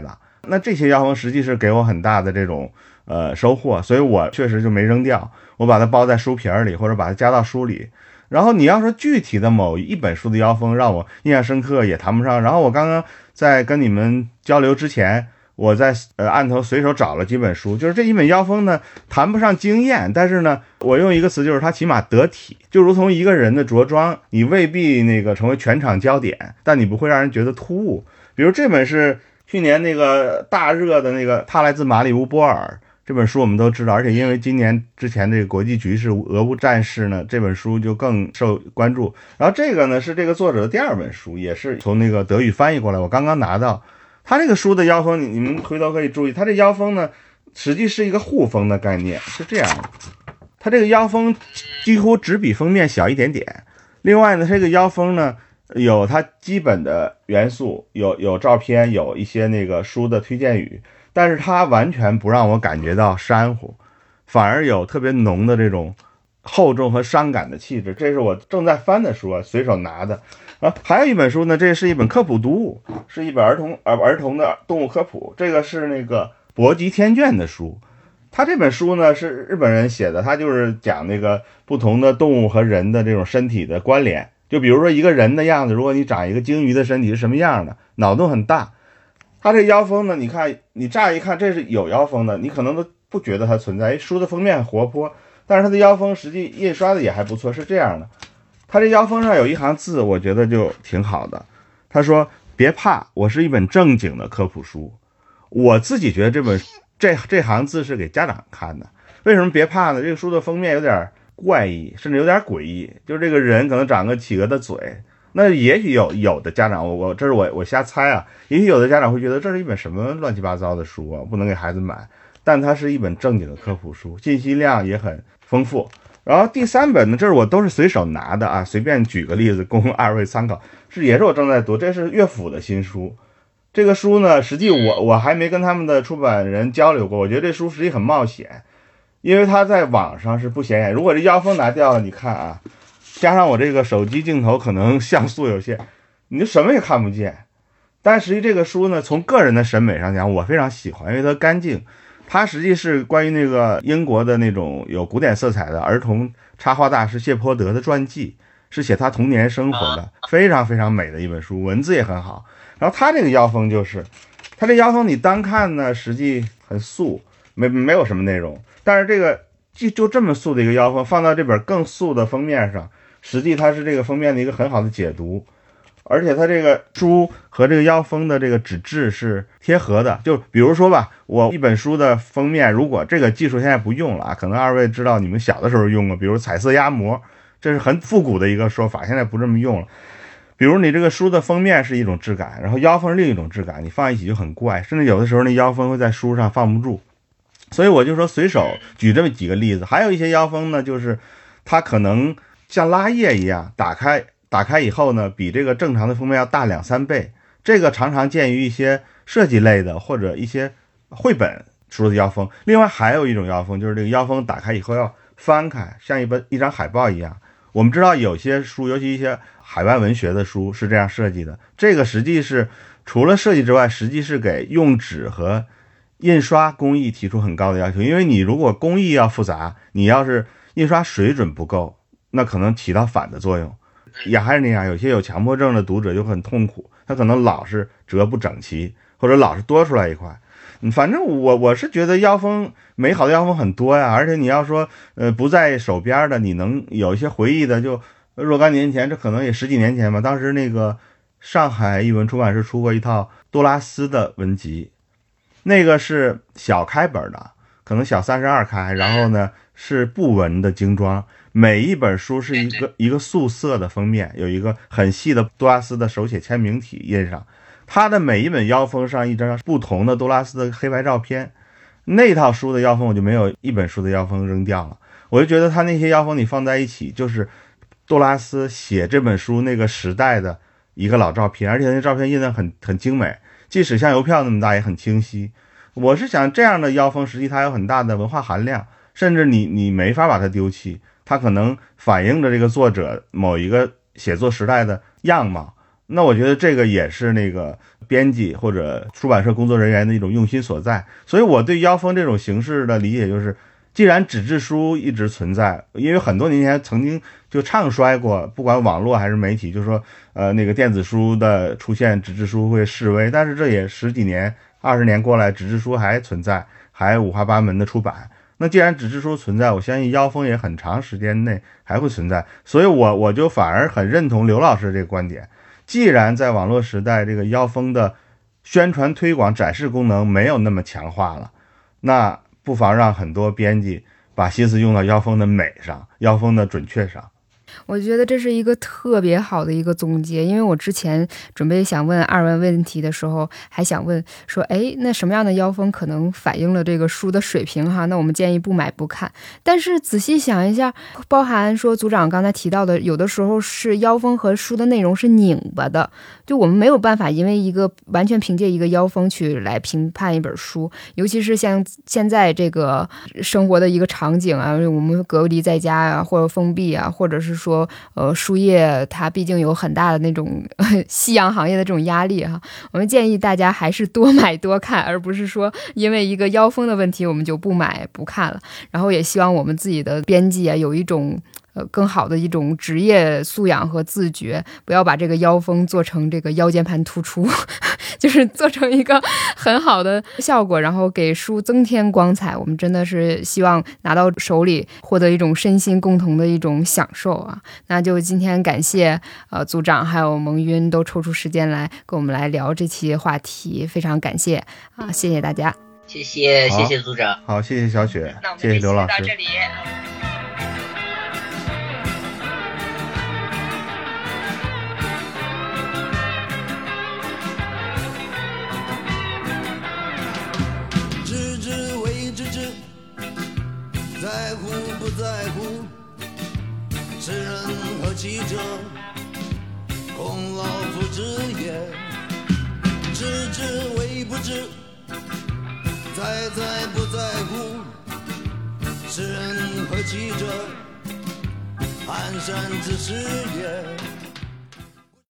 那这些腰封实际是给我很大的这种呃收获，所以我确实就没扔掉，我把它包在书皮里，或者把它加到书里。然后你要说具体的某一本书的腰封让我印象深刻也谈不上。然后我刚刚在跟你们交流之前，我在呃案头随手找了几本书，就是这一本腰封呢谈不上惊艳，但是呢我用一个词就是它起码得体，就如同一个人的着装，你未必那个成为全场焦点，但你不会让人觉得突兀。比如这本是去年那个大热的那个他来自马里乌波尔这本书，我们都知道，而且因为今年之前这个国际局势俄乌战事呢，这本书就更受关注。然后这个呢是这个作者的第二本书，也是从那个德语翻译过来，我刚刚拿到。他这个书的腰封，你你们回头可以注意，他这腰封呢实际是一个护封的概念，是这样的。他这个腰封几乎只比封面小一点点。另外呢，这个腰封呢有它基本的元素，有有照片，有一些那个书的推荐语，但是它完全不让我感觉到煽乎，反而有特别浓的这种厚重和伤感的气质。这是我正在翻的书啊，随手拿的。啊，还有一本书呢，这是一本科普读物，是一本儿童儿儿童的动物科普，这个是那个博吉天卷的书。他这本书呢是日本人写的，他就是讲那个不同的动物和人的这种身体的关联。就比如说一个人的样子，如果你长一个鲸鱼的身体是什么样的，脑洞很大。他这腰封呢，你看你乍一看这是有腰封的，你可能都不觉得它存在。书的封面很活泼，但是它的腰封实际印刷的也还不错，是这样的。他这腰封上有一行字，我觉得就挺好的。他说：“别怕，我是一本正经的科普书。”我自己觉得这本这这行字是给家长看的。为什么别怕呢？这个书的封面有点怪异，甚至有点诡异，就是这个人可能长个企鹅的嘴。那也许有有的家长，我我这是我我瞎猜啊，也许有的家长会觉得这是一本什么乱七八糟的书啊，不能给孩子买。但它是一本正经的科普书，信息量也很丰富。然后第三本呢，这是我都是随手拿的啊，随便举个例子供二位参考，是也是我正在读，这是乐府的新书。这个书呢，实际我我还没跟他们的出版人交流过，我觉得这书实际很冒险，因为它在网上是不显眼。如果这腰封拿掉了，你看啊，加上我这个手机镜头可能像素有限，你就什么也看不见。但实际这个书呢，从个人的审美上讲，我非常喜欢，因为它干净。它实际是关于那个英国的那种有古典色彩的儿童插画大师谢泼德的传记，是写他童年生活的，非常非常美的一本书，文字也很好。然后它这个腰封就是，它这腰封你单看呢，实际很素，没没有什么内容，但是这个就就这么素的一个腰封放到这本更素的封面上，实际它是这个封面的一个很好的解读。而且它这个书和这个腰封的这个纸质是贴合的，就比如说吧，我一本书的封面，如果这个技术现在不用了啊，可能二位知道你们小的时候用过，比如彩色压模，这是很复古的一个说法，现在不这么用了。比如你这个书的封面是一种质感，然后腰封是另一种质感，你放一起就很怪，甚至有的时候那腰封会在书上放不住。所以我就说随手举这么几个例子。还有一些腰封呢，就是它可能像拉页一样打开打开以后呢，比这个正常的封面要大两三倍。这个常常见于一些设计类的或者一些绘本书的腰封。另外还有一种腰封，就是这个腰封打开以后要翻开，像一本一张海报一样。我们知道有些书，尤其一些海外文学的书是这样设计的。这个实际是除了设计之外，实际是给用纸和印刷工艺提出很高的要求。因为你如果工艺要复杂，你要是印刷水准不够，那可能起到反的作用。也还是那样，有些有强迫症的读者就很痛苦，他可能老是折不整齐，或者老是多出来一块。反正我我是觉得腰封美好的腰封很多呀，而且你要说呃不在手边的，你能有一些回忆的，就若干年前，这可能也十几年前吧，当时那个上海译文出版社出过一套多拉斯的文集，那个是小开本的，可能小三十二开，然后呢是布纹的精装，每一本书是一个一个素色的封面，有一个很细的多拉斯的手写签名体印上，它的每一本腰封上一张不同的多拉斯的黑白照片。那套书的腰封我就没有一本书的腰封扔掉了，我就觉得它那些腰封你放在一起，就是多拉斯写这本书那个时代的一个老照片，而且那照片印得很很精美，即使像邮票那么大也很清晰。我是想这样的腰封实际它有很大的文化含量，甚至你你没法把它丢弃，它可能反映着这个作者某一个写作时代的样貌。 那我觉得这个也是那个编辑或者出版社工作人员的一种用心所在。所以我对妖风这种形式的理解就是，既然纸质书一直存在，因为很多年前曾经就唱衰过，不管网络还是媒体，就说呃那个电子书的出现，纸质书会式微，但是这也十几年、二十年过来，纸质书还存在，还五花八门的出版。那既然纸质书存在，我相信妖风也很长时间内还会存在。所以我我就反而很认同刘老师这个观点。既然在网络时代，这个妖风的宣传推广展示功能没有那么强化了，那不妨让很多编辑把心思用到妖风的美上，妖风的准确上。 我觉得这是一个特别好的一个总结，因为我之前准备想问二问问题的时候，还想问说，哎，那什么样的妖风可能反映了这个书的水平哈？那我们建议不买不看。但是仔细想一下，包含说组长刚才提到的，有的时候是妖风和书的内容是拧巴的，就我们没有办法因为一个完全凭借一个妖风去来评判一本书，尤其是像现在这个生活的一个场景啊，我们隔离在家啊，或者封闭啊，或者是说呃书业它毕竟有很大的那种夕阳行业的这种压力哈，我们建议大家还是多买多看，而不是说因为一个妖风的问题我们就不买不看了。然后也希望我们自己的编辑啊有一种呃，更好的一种职业素养和自觉，不要把这个妖风做成这个腰间盘突出，就是做成一个很好的效果，然后给书增添光彩。我们真的是希望拿到手里获得一种身心共同的一种享受啊！那就今天感谢呃组长还有蒙晕都抽出时间来跟我们来聊这期话题，非常感谢啊！谢谢大家， 谢谢谢谢组长， 好，谢谢小雪， 那我们谢谢刘老师。 到这里。 在乎不在乎，是人何其者，孔老夫子也。知之为不知，在在不在乎，是人何其者，蹒跚之事也。